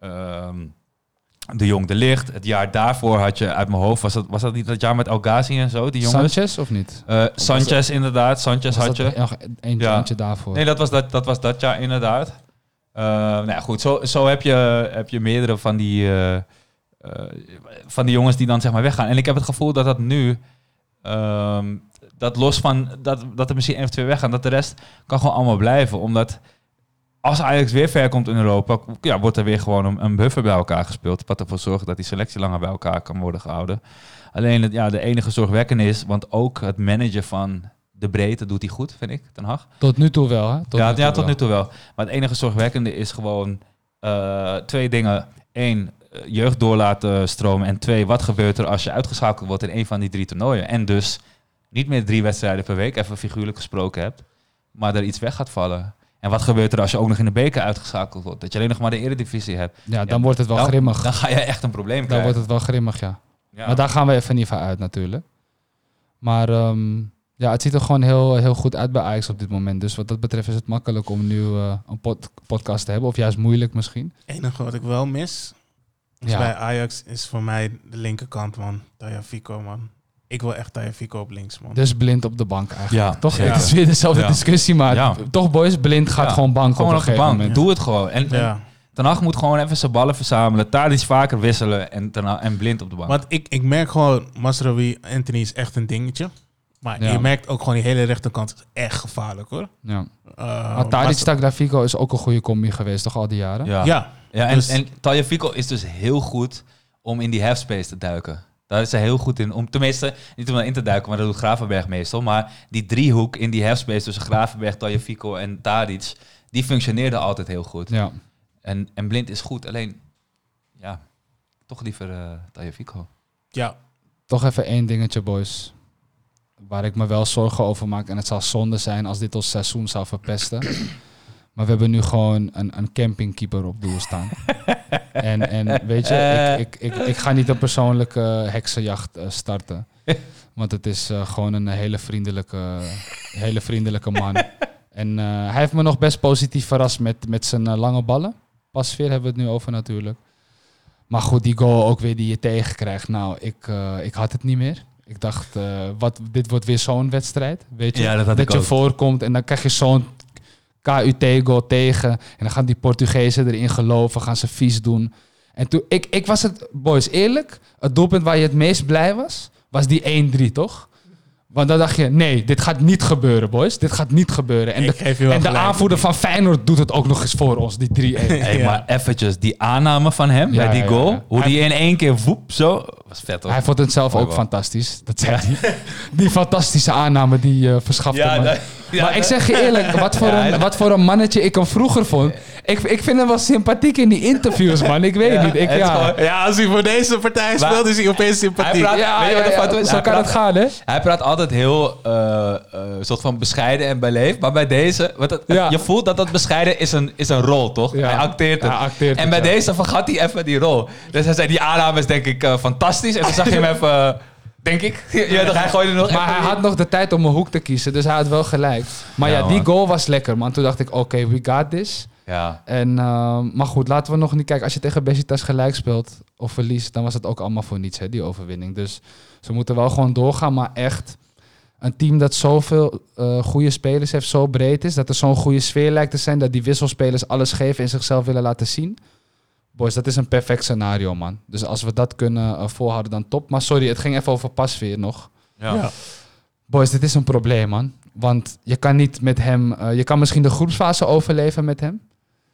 De Jong de Ligt. Het jaar daarvoor had je, uit mijn hoofd, was dat niet dat jaar met El Ghazi en zo? Die jongens? Sanchez of niet? Sanchez inderdaad. Sanchez had je. Nog eentje daarvoor. Nee, dat was dat jaar inderdaad. Nou ja, goed, zo heb je meerdere van die jongens die dan zeg maar weggaan. En ik heb het gevoel dat nu, dat los van dat er misschien 1 of 2 weggaan, dat de rest kan gewoon allemaal blijven. Omdat als Ajax weer ver komt in Europa, wordt er weer gewoon een buffer bij elkaar gespeeld. Wat ervoor zorgt dat die selectie langer bij elkaar kan worden gehouden. Alleen de enige zorgwekkende is, want ook het managen van de breedte doet hij goed, vind ik, Ten Hag. Tot nu toe wel, hè? Tot nu toe wel. Maar het enige zorgwekkende is gewoon 2 dingen. 1, jeugd door laten stromen. En 2, wat gebeurt er als je uitgeschakeld wordt in 1 van die 3 toernooien? En dus niet meer 3 wedstrijden per week, even figuurlijk gesproken hebt, maar er iets weg gaat vallen. En wat gebeurt er als je ook nog in de beker uitgeschakeld wordt? Dat je alleen nog maar de Eredivisie hebt. Ja, dan wordt het wel grimmig. Dan ga je echt een probleem krijgen. Dan wordt het wel grimmig, ja. Maar daar gaan we even niet van uit natuurlijk. Maar het ziet er gewoon heel, heel goed uit bij Ajax op dit moment. Dus wat dat betreft is het makkelijk om nu een podcast te hebben. Of juist moeilijk misschien. Het enige wat ik wel mis bij Ajax is voor mij de linkerkant, man. Tagliafico, man. Ik wil echt Tagliafico op links, man. Dus Blind op de bank eigenlijk. Ja, toch? zeker. Het is weer dezelfde discussie, maar toch boys, Blind gaat gewoon bank gewoon op een gegeven moment. Doe het gewoon. En Ten Hag moet gewoon even zijn ballen verzamelen. Tadic vaker wisselen en Blind op de bank. Want ik merk gewoon, Mazraoui, Anthony is echt een dingetje. Maar Ja. je merkt ook gewoon die hele rechterkant is echt gevaarlijk, hoor. Ja. Maar Tadic Tagliafico is ook een goede combi geweest, toch al die jaren? Ja. Ja, En, dus- en Tagliafico is dus heel goed om in die halfspace te duiken. Daar is hij heel goed in. Om, tenminste, niet om erin te duiken, maar dat doet Gravenberg meestal. Maar die driehoek in die halfspace tussen Gravenberg, Tagliafico en Tadic, die functioneerde altijd heel goed. Ja. En Blind is goed, alleen ja, toch liever Tagliafico. ja. Toch even één dingetje, boys. Waar ik me wel zorgen over maak. En het zal zonde zijn als dit ons seizoen zou verpesten. Maar we hebben nu gewoon een campingkeeper op doel staan. en weet je, ik ga niet een persoonlijke heksenjacht starten. Want het is gewoon een hele vriendelijke man. En hij heeft me nog best positief verrast met zijn lange ballen. Pasveer hebben we het nu over natuurlijk. Maar goed, die goal ook weer die je tegenkrijgt. Nou, ik had het niet meer. Ik dacht, dit wordt weer zo'n wedstrijd. Weet je, Ja, dat had ik je ook. voorkomt en dan krijg je zo'n KUT-goal tegen. En dan gaan die Portugezen erin geloven, gaan ze vies doen. En toen, ik was het, boys, eerlijk, het doelpunt waar je het meest blij was die 1-3, toch? Want dan dacht je, nee, dit gaat niet gebeuren, boys. Dit gaat niet gebeuren. En Ik geef je wel de gelijk. aanvoerder van Feyenoord doet het ook nog eens voor ons, die 3-1. Hey, Ja. maar eventjes, die aanname van hem Ja, bij die ja, goal, ja. hoe die in één keer woep zo, was vet hoor. Hij vond het zelf Mooi ook wel. fantastisch. Dat zei hij. Die fantastische aanname die verschafte me. Maar ik zeg je eerlijk, wat voor een mannetje ik hem vroeger vond. Ik vind hem wel sympathiek in die interviews, man. Ik weet Ja, niet. het is gewoon- Ja, als hij voor deze partij speelt, is hij opeens sympathiek. Hij praat- weet je wat de fout is? Zo Hij kan het praat- gaan, hè? Hij praat altijd heel soort van bescheiden en beleefd. Maar bij deze, Ja. je voelt dat bescheiden is een rol, toch? Ja. Hij acteert het. Hij acteert en het, bij ja. deze vergat hij even die rol. Dus hij zei, die aanname is denk ik fantastisch. En toen zag je hem even, denk ik. Hij gooide nog Maar even... hij had nog de tijd om een hoek te kiezen, dus hij had wel gelijk. Maar Ja, ja, die man. goal was lekker, man. Toen dacht ik, oké, we got this. Ja. En, maar goed, laten we nog niet kijken. Als je tegen Besiktas gelijk speelt of verliest, dan was het ook allemaal voor niets, hè, die overwinning. Dus ze moeten wel gewoon doorgaan, maar echt een team dat zoveel goede spelers heeft, zo breed is, dat er zo'n goede sfeer lijkt te zijn, dat die wisselspelers alles geven en zichzelf willen laten zien. Boys, dat is een perfect scenario, man. Dus als we dat kunnen volhouden, dan top. Maar sorry, het ging even over Pasveer nog. Ja. Boys, dit is een probleem, man. Want je kan niet met hem... je kan misschien de groepsfase overleven met hem.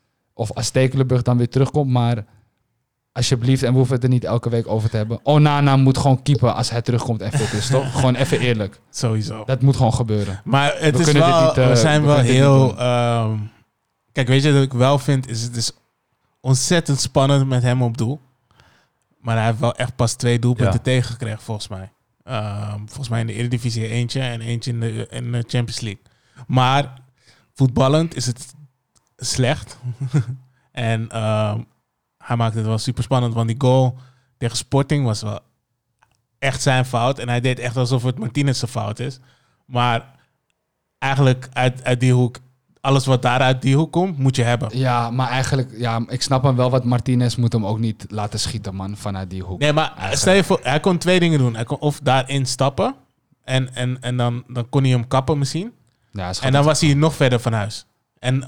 Of als Stekelenburg dan weer terugkomt. Maar alsjeblieft, en we hoeven het er niet elke week over te hebben. Onana moet gewoon keeper als hij terugkomt en fit is, toch? Gewoon even eerlijk. Sowieso. Dat moet gewoon gebeuren. Maar het We is kunnen wel, dit niet, we zijn we wel kunnen dit heel... niet kijk, weet je wat ik wel vind? Het is ontzettend spannend met hem op doel. Maar hij heeft wel echt pas 2 doelpunten Ja. tegengekregen, volgens mij. Volgens mij in de Eredivisie eentje en eentje in de Champions League. Maar voetballend is het slecht. En hij maakt het wel super spannend, want die goal tegen Sporting was wel echt zijn fout. En hij deed echt alsof het Martinez zijn fout is. Maar eigenlijk uit die hoek, alles wat daar uit die hoek komt, moet je hebben. Ja, maar eigenlijk... Ja, ik snap hem wel, wat Martinez moet hem ook niet laten schieten, man. Vanuit die hoek. Nee, maar stel je voor, hij kon 2 dingen doen. Hij kon of daarin stappen en dan kon hij hem kappen misschien. Ja, hij En dan was hij nog verder van huis. En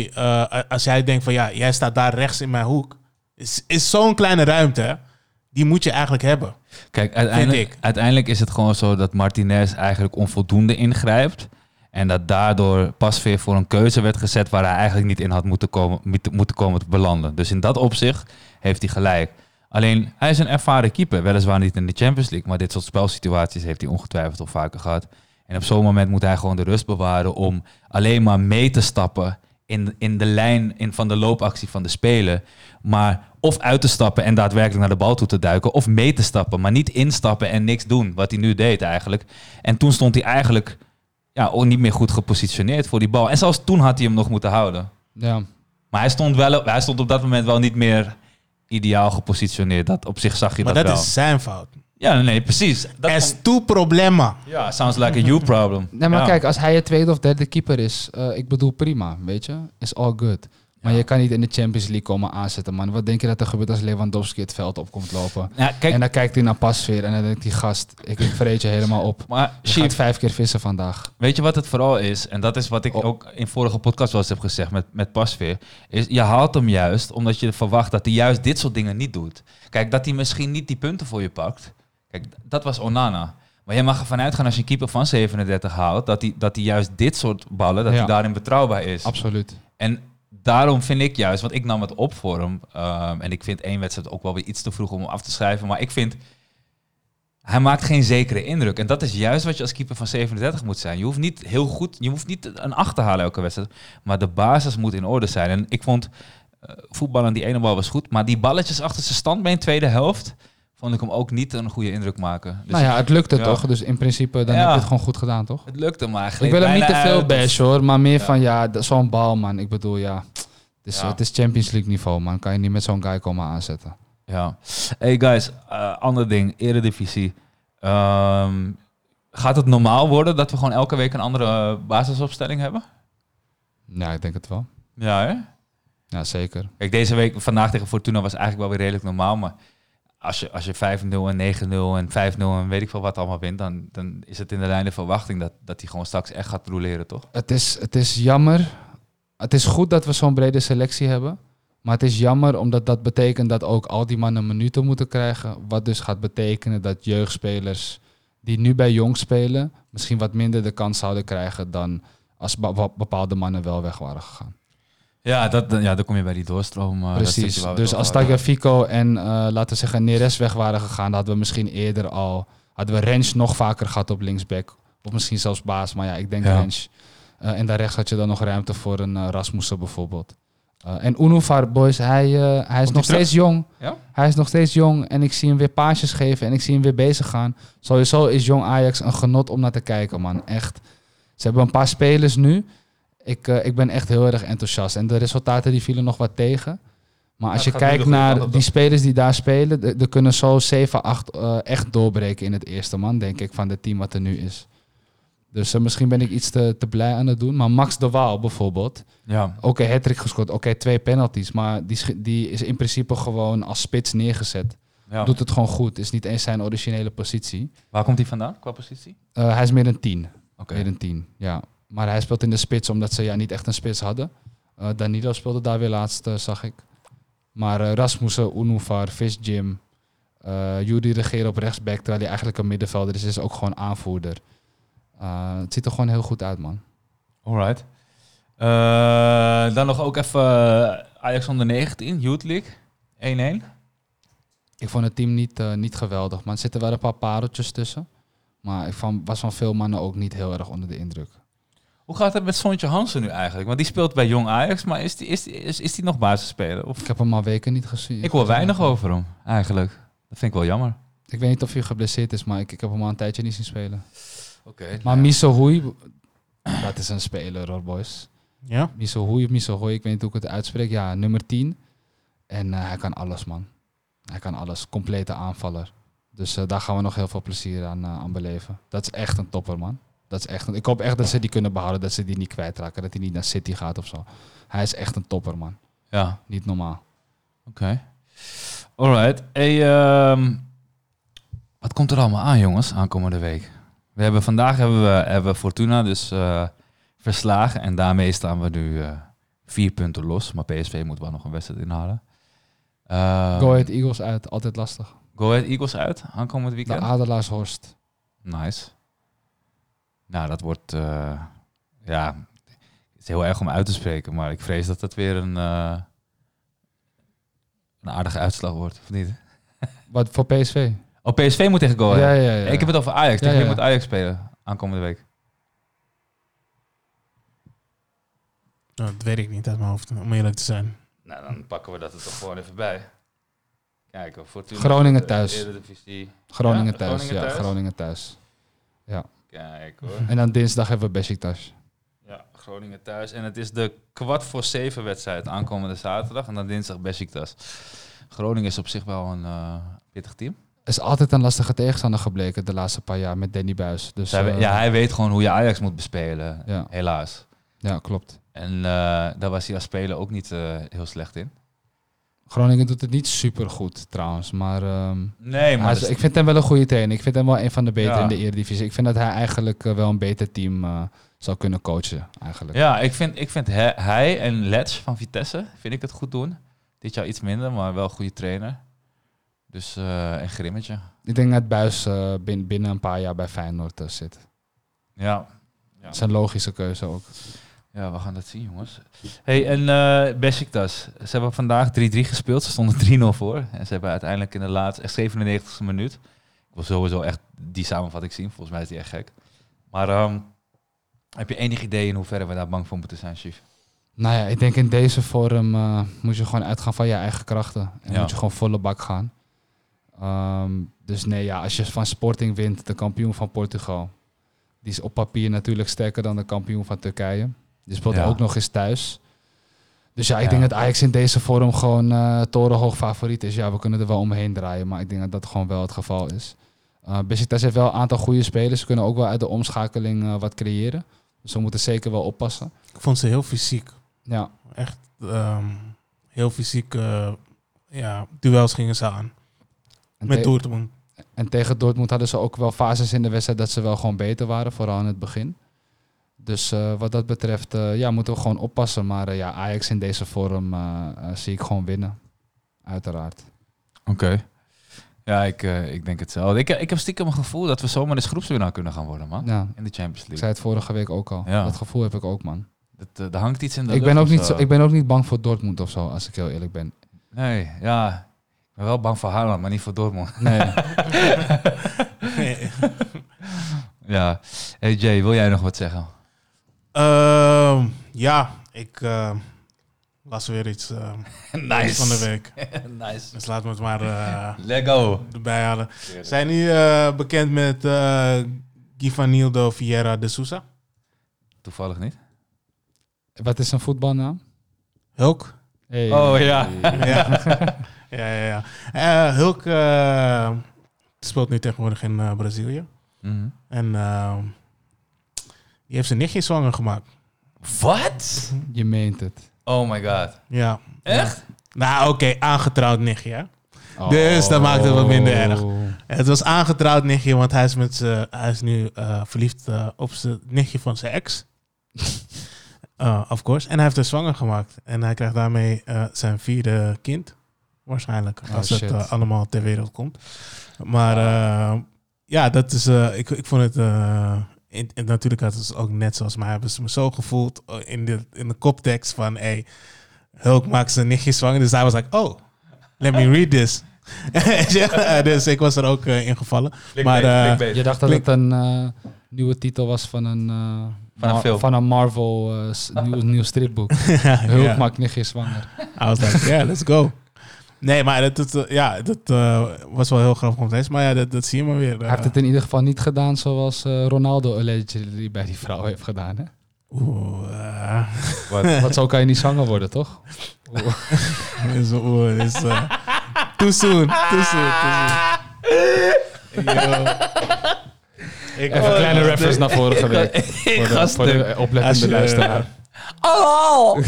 als jij denkt van ja, jij staat daar rechts in mijn hoek. Is zo'n kleine ruimte, hè? Die moet je eigenlijk hebben. Kijk, Vind ik. uiteindelijk is het gewoon zo dat Martinez eigenlijk onvoldoende ingrijpt. En dat daardoor Pasveer voor een keuze werd gezet waar hij eigenlijk niet in had moeten komen te belanden. Dus in dat opzicht heeft hij gelijk. Alleen, hij is een ervaren keeper. Weliswaar niet in de Champions League, maar dit soort spelsituaties heeft hij ongetwijfeld al vaker gehad. En op zo'n moment moet hij gewoon de rust bewaren om alleen maar mee te stappen in de lijn van de loopactie van de speler. Maar of uit te stappen en daadwerkelijk naar de bal toe te duiken, of mee te stappen, maar niet instappen en niks doen, wat hij nu deed eigenlijk. En toen stond hij eigenlijk ook niet meer goed gepositioneerd voor die bal. En zelfs toen had hij hem nog moeten houden. Ja. Maar hij stond op dat moment wel niet meer ideaal gepositioneerd. Dat op zich zag je Maar dat dat wel. is zijn fout. Ja, nee, precies. Dat Es tu problema. ja, sounds like a you problem. Nee, maar Ja. kijk, als hij je tweede of derde keeper is, ik bedoel prima, weet je. Is all good. Maar je kan niet in de Champions League komen aanzetten, man. Wat denk je dat er gebeurt als Lewandowski het veld op komt lopen? Ja, kijk, En dan kijkt hij naar Pasveer en dan denkt hij, gast, ik vreet je helemaal op. maar Je Sjeep, gaat 5 keer vissen vandaag. weet je wat het vooral is? En dat is wat ik ook in vorige podcast wel eens heb gezegd met Pasveer. Is je haalt hem juist omdat je verwacht dat hij juist dit soort dingen niet doet. Kijk, dat hij misschien niet die punten voor je pakt. Kijk, dat was Onana. Maar je mag ervan uitgaan als je een keeper van 37 houdt, dat hij juist dit soort ballen, dat hij daarin betrouwbaar is. Absoluut. En daarom vind ik juist, want ik nam het op voor hem. En ik vind 1 wedstrijd ook wel weer iets te vroeg om hem af te schrijven. Maar ik vind, hij maakt geen zekere indruk. En dat is juist wat je als keeper van 37 moet zijn. Je hoeft niet heel goed, je hoeft niet een 8 te halen elke wedstrijd. Maar de basis moet in orde zijn. En ik vond voetballen, die ene bal was goed. Maar die balletjes achter zijn standbeen, tweede helft, vond ik hem ook niet een goede indruk maken. Dus Nou ja, het lukte toch? Dus in principe, dan heb je het gewoon goed gedaan, toch? het lukte maar. Ik wil hem niet te veel uit. bashen hoor, maar meer van zo'n bal man. Ik bedoel het is Champions League niveau man. Kan je niet met zo'n guy komen aanzetten. Ja. Hey guys, ander ding, Eredivisie. Gaat het normaal worden dat we gewoon elke week een andere basisopstelling hebben? Ja, ik denk het wel. Ja, hè? Ja, zeker. Kijk, deze week, vandaag tegen Fortuna was eigenlijk wel weer redelijk normaal, maar als je 5-0 en 9-0 en 5-0 en weet ik veel wat allemaal wint, dan is het in de lijn de verwachting dat hij gewoon straks echt gaat roleren, toch? Het is jammer. Het is goed dat we zo'n brede selectie hebben. Maar het is jammer omdat dat betekent dat ook al die mannen minuten moeten krijgen. Wat dus gaat betekenen dat jeugdspelers die nu bij Jong spelen misschien wat minder de kans zouden krijgen dan als bepaalde mannen wel weg waren gegaan. Ja, dan kom je bij die doorstroom. Precies. Dus als Tagliafico en laten we zeggen Neres weg waren gegaan, dan hadden we misschien eerder hadden we Rens nog vaker gehad op linksback. Of misschien zelfs Baas, maar ja, ik denk Rens. En daar rechts had je dan nog ruimte voor een Rasmussen bijvoorbeeld. En Unifar, boys, hij is nog steeds jong. Ja? Hij is nog steeds jong en ik zie hem weer paasjes geven en ik zie hem weer bezig gaan. Sowieso is Jong Ajax een genot om naar te kijken, man. Echt. Ze hebben een paar spelers nu. Ik ben echt heel erg enthousiast. En de resultaten die vielen nog wat tegen. Maar als je kijkt naar die spelers die daar spelen, er kunnen zo 7, 8 echt doorbreken in het eerste, man, denk ik, van het team wat er nu is. Dus misschien ben ik iets te blij aan het doen. Maar Max de Waal bijvoorbeeld. Ja. Oké, hattrick gescoord. Oké, 2 penalties. Maar die is in principe gewoon als spits neergezet. Ja. Doet het gewoon goed. Is niet eens zijn originele positie. Waar komt hij vandaan qua positie? Hij is meer een 10. Oké. Meer een 10, ja. Maar hij speelt in de spits omdat ze niet echt een spits hadden. Danilo speelde daar weer laatst, zag ik. Maar Rasmussen, Unifar, Fish Jim, Yuri Regeer op rechtsback, terwijl hij eigenlijk een middenvelder is ook gewoon aanvoerder. Het ziet er gewoon heel goed uit, man. Alright. Dan nog ook even Ajax onder 19, Youth League, 1-1. Ik vond het team niet geweldig, maar er zitten wel een paar pareltjes tussen. Maar ik was van veel mannen ook niet heel erg onder de indruk. Hoe gaat het met Sontje Hansen nu eigenlijk? Want die speelt bij Jong Ajax, maar is die nog basisspeler? Of? Ik heb hem al weken niet gezien. Ik hoor weinig over hem, eigenlijk. Dat vind ik wel jammer. Ik weet niet of hij geblesseerd is, maar ik heb hem al een tijdje niet zien spelen. Oké. Maar Miso Hui, dat is een speler hoor, boys. Ja? Miso Hui, ik weet niet hoe ik het uitspreek. Ja, nummer 10. En hij kan alles, man. Hij kan alles. Complete aanvaller. Dus daar gaan we nog heel veel plezier aan beleven. Dat is echt een topper, man. Dat is echt ik hoop echt dat ze die kunnen behouden, dat ze die niet kwijtraken. Dat hij niet naar City gaat of zo. Hij is echt een topper, man. Ja. Niet normaal. Oké. Alright. Hey, wat komt er allemaal aan, jongens, aankomende week? Vandaag hebben we Fortuna dus verslagen. En daarmee staan we nu 4 punten los. Maar PSV moet wel nog een wedstrijd inhalen. Go Ahead Eagles uit, altijd lastig. Go Ahead Eagles uit, aankomend De weekend. Adelaarshorst. Nice. Nou, dat wordt... het is heel erg om uit te spreken. Maar ik vrees dat het weer een aardige uitslag wordt, of niet? Wat voor PSV? Oh, PSV moet tegen Go Ahead. Ja. Ik heb het over Ajax. Ja, Tegen wie ja. moet Ajax spelen aankomende week? Nou, dat weet ik niet uit mijn hoofd, om eerlijk te zijn. Nou, dan pakken we dat er toch gewoon even bij. Kijken, Fortuna. Groningen thuis. Eredivisie. Groningen Ja, thuis. Groningen thuis? Groningen thuis. Kijk hoor. En dan dinsdag hebben we Beşiktaş. Ja, Groningen thuis. En het is de 6:15 wedstrijd aankomende zaterdag. En dan dinsdag Beşiktaş. Groningen is op zich wel een pittig team. Is altijd een lastige tegenstander gebleken de laatste paar jaar met Danny Buis. Dus, Hij weet gewoon hoe je Ajax moet bespelen. Ja. Helaas. Ja, klopt. En daar was hij als speler ook niet heel slecht in. Groningen doet het niet super goed trouwens, maar Nee, maar... ik vind hem wel een goede trainer. Ik vind hem wel een van de betere Ja. in de Eredivisie. Ik vind dat hij eigenlijk wel een beter team zou kunnen coachen eigenlijk. Ja, ik vind hij en Letch van Vitesse vind ik het goed doen. Dit jaar iets minder, maar wel een goede trainer. Dus een grimmetje. Ik denk dat Buis binnen een paar jaar bij Feyenoord zit. Ja. Dat is een logische keuze ook. Ja, we gaan dat zien, jongens. Hey, en Beşiktaş. Ze hebben vandaag 3-3 gespeeld. Ze stonden 3-0 voor. En ze hebben uiteindelijk in de laatste 97e minuut... Ik wil sowieso echt die samenvatting zien. Volgens mij is die echt gek. Maar heb je enig idee in hoeverre we daar bang voor moeten zijn, Chief? Nou ja, ik denk in deze vorm moet je gewoon uitgaan van je eigen krachten. En moet je gewoon volle bak gaan. Dus nee, ja, als je van Sporting wint, de kampioen van Portugal... Die is op papier natuurlijk sterker dan de kampioen van Turkije. Die speelt ook nog eens thuis. Dus ja, ik denk dat Ajax in deze vorm gewoon torenhoog favoriet is. Ja, we kunnen er wel omheen draaien, maar ik denk dat dat gewoon wel het geval is. Beşiktaş heeft wel een aantal goede spelers. Ze kunnen ook wel uit de omschakeling wat creëren. Dus we moeten zeker wel oppassen. Ik vond ze heel fysiek. Ja. Echt heel fysiek. Duels gingen ze aan. Met Dortmund. En tegen Dortmund hadden ze ook wel fases in de wedstrijd dat ze wel gewoon beter waren, vooral in het begin. Dus wat dat betreft moeten we gewoon oppassen. Maar Ajax in deze vorm zie ik gewoon winnen. Uiteraard. Oké. Ja, ik denk hetzelfde. Ik heb stiekem een gevoel dat we zomaar eens groepswinnaar kunnen gaan worden, man. Ja. In de Champions League. Ik zei het vorige week ook al. Ja. Dat gevoel heb ik ook, man. Er hangt iets in de ik ben ook niet bang voor Dortmund of zo, als ik heel eerlijk ben. Nee, ja... Ik ben wel bang voor Haaland, maar niet voor Dortmund. Nee. Ja. Hey Jay, wil jij nog wat zeggen? Ik las weer iets nice. van de week. Nice. Dus laten we het maar Let go. erbij halen. Zijn nu bekend met Givanildo Vieira de Sousa? Toevallig niet. Wat is zijn voetbalnaam? Hulk. Hey. Oh ja. Ja. Hulk speelt nu tegenwoordig in Brazilië. Mm-hmm. En die heeft zijn nichtje zwanger gemaakt. Wat? Je meent het. Oh my god. Ja. Echt? Nou, oké, aangetrouwd nichtje. Hè? Dus dat maakt het wat minder erg. Het was aangetrouwd nichtje, want hij is nu verliefd op zijn nichtje van zijn ex. Of course. En hij heeft haar zwanger gemaakt. En hij krijgt daarmee zijn 4e kind. Waarschijnlijk. Als het allemaal ter wereld komt. Maar dat is... Ik vond het... En natuurlijk had het ook net zoals mij. Hebben ze me zo gevoeld in de koptekst van... Hey, Hulk maakt zijn nichtje zwanger. Dus hij was like, oh, let me read this. Dus ik was er ook in gevallen. Je dacht dat het een nieuwe titel was van een... van een Marvel nieuw stripboek. Hulk maakt nichtje zwanger. I was like, let's go. Nee, maar dat was wel heel grappig om te lezen. Maar ja, dat zie je maar weer. Hij heeft het in ieder geval niet gedaan zoals Ronaldo allegedly bij die vrouw heeft gedaan, hè? Wat zo kan je niet zanger worden, toch? Too soon. Even een kleine reference naar vorige week. Voor de oplettende luisteraar. Oh!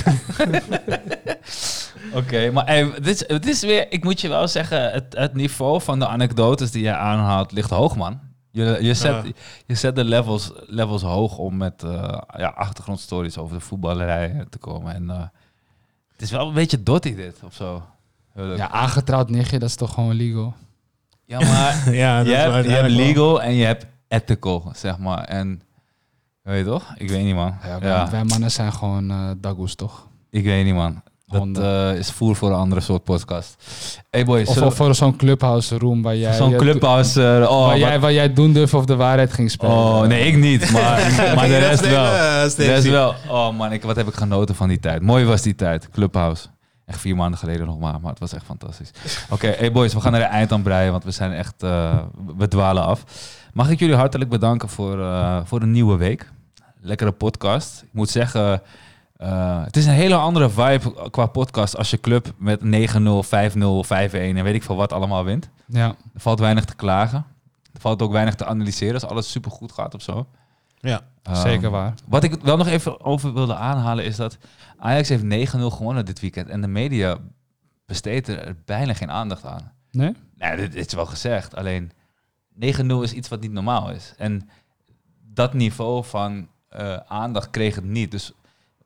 Oké, maar het is weer... Ik moet je wel zeggen, het niveau van de anekdotes die jij aanhaalt ligt hoog, man. Je zet de levels hoog om met achtergrondstories over de voetballerij te komen. En het is wel een beetje dotty dit, of zo. Ja, aangetrouwd nichtje, dat is toch gewoon legal? Ja, maar je hebt legal en je hebt ethical, zeg maar. En weet je toch? Ik weet niet, man. Ja, wij mannen zijn gewoon dagoes, toch? Ik weet niet, man. Dat is voer voor een andere soort podcast. Hey boys, of voor zo'n clubhouse room waar jij... Zo'n clubhouse... waar jij doen durf of de waarheid ging spelen. Oh, nee, ik niet. Maar de rest wel. De rest wel. Oh man, wat heb ik genoten van die tijd. Mooi was die tijd. Clubhouse. Echt 4 maanden geleden nog maar het was echt fantastisch. Oké, hey boys, we gaan er een eind aan breien, want we zijn echt... we dwalen af. Mag ik jullie hartelijk bedanken voor een nieuwe week. Lekkere podcast. Ik moet zeggen... het is een hele andere vibe qua podcast als je club met 9-0, 5-0, 5-1 en weet ik veel wat allemaal wint. Ja. Er valt weinig te klagen. Er valt ook weinig te analyseren als alles supergoed gaat of zo. Ja, zeker waar. Wat ik wel nog even over wilde aanhalen is dat Ajax heeft 9-0 gewonnen dit weekend en de media besteedt er bijna geen aandacht aan. Nee? Nee, dit is wel gezegd. Alleen 9-0 is iets wat niet normaal is. En dat niveau van aandacht kreeg het niet. Dus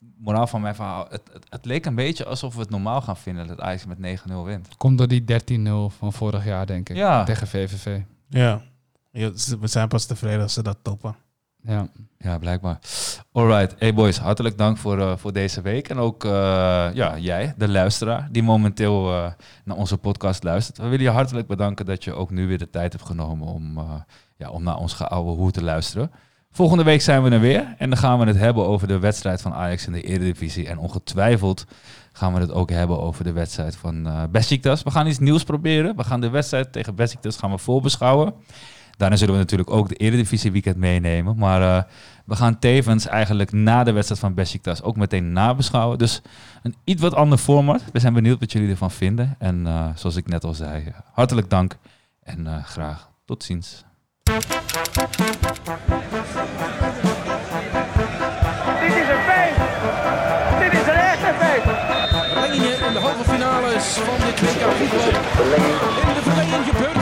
moraal van mijn verhaal. Het leek een beetje alsof we het normaal gaan vinden dat Ajax met 9-0 wint. Komt door die 13-0 van vorig jaar, denk ik. Ja. Tegen VVV. Ja. We zijn pas tevreden als ze dat toppen. Ja. Ja, blijkbaar. Alright. Hey boys, hartelijk dank voor deze week. En ook jij, de luisteraar, die momenteel naar onze podcast luistert. We willen je hartelijk bedanken dat je ook nu weer de tijd hebt genomen om naar ons geouwe hoer te luisteren. Volgende week zijn we er weer. En dan gaan we het hebben over de wedstrijd van Ajax in de Eredivisie. En ongetwijfeld gaan we het ook hebben over de wedstrijd van Beşiktaş. We gaan iets nieuws proberen. We gaan de wedstrijd tegen Beşiktaş gaan we voorbeschouwen. Daarna zullen we natuurlijk ook de Eredivisie weekend meenemen. Maar we gaan tevens eigenlijk na de wedstrijd van Beşiktaş ook meteen nabeschouwen. Dus een iets wat ander format. We zijn benieuwd wat jullie ervan vinden. En zoals ik net al zei, hartelijk dank. En graag tot ziens. Dit is een feest. Dit is een echte feest. Oranje in de halve finales van dit WK voetbal. In de verlenging gebeurt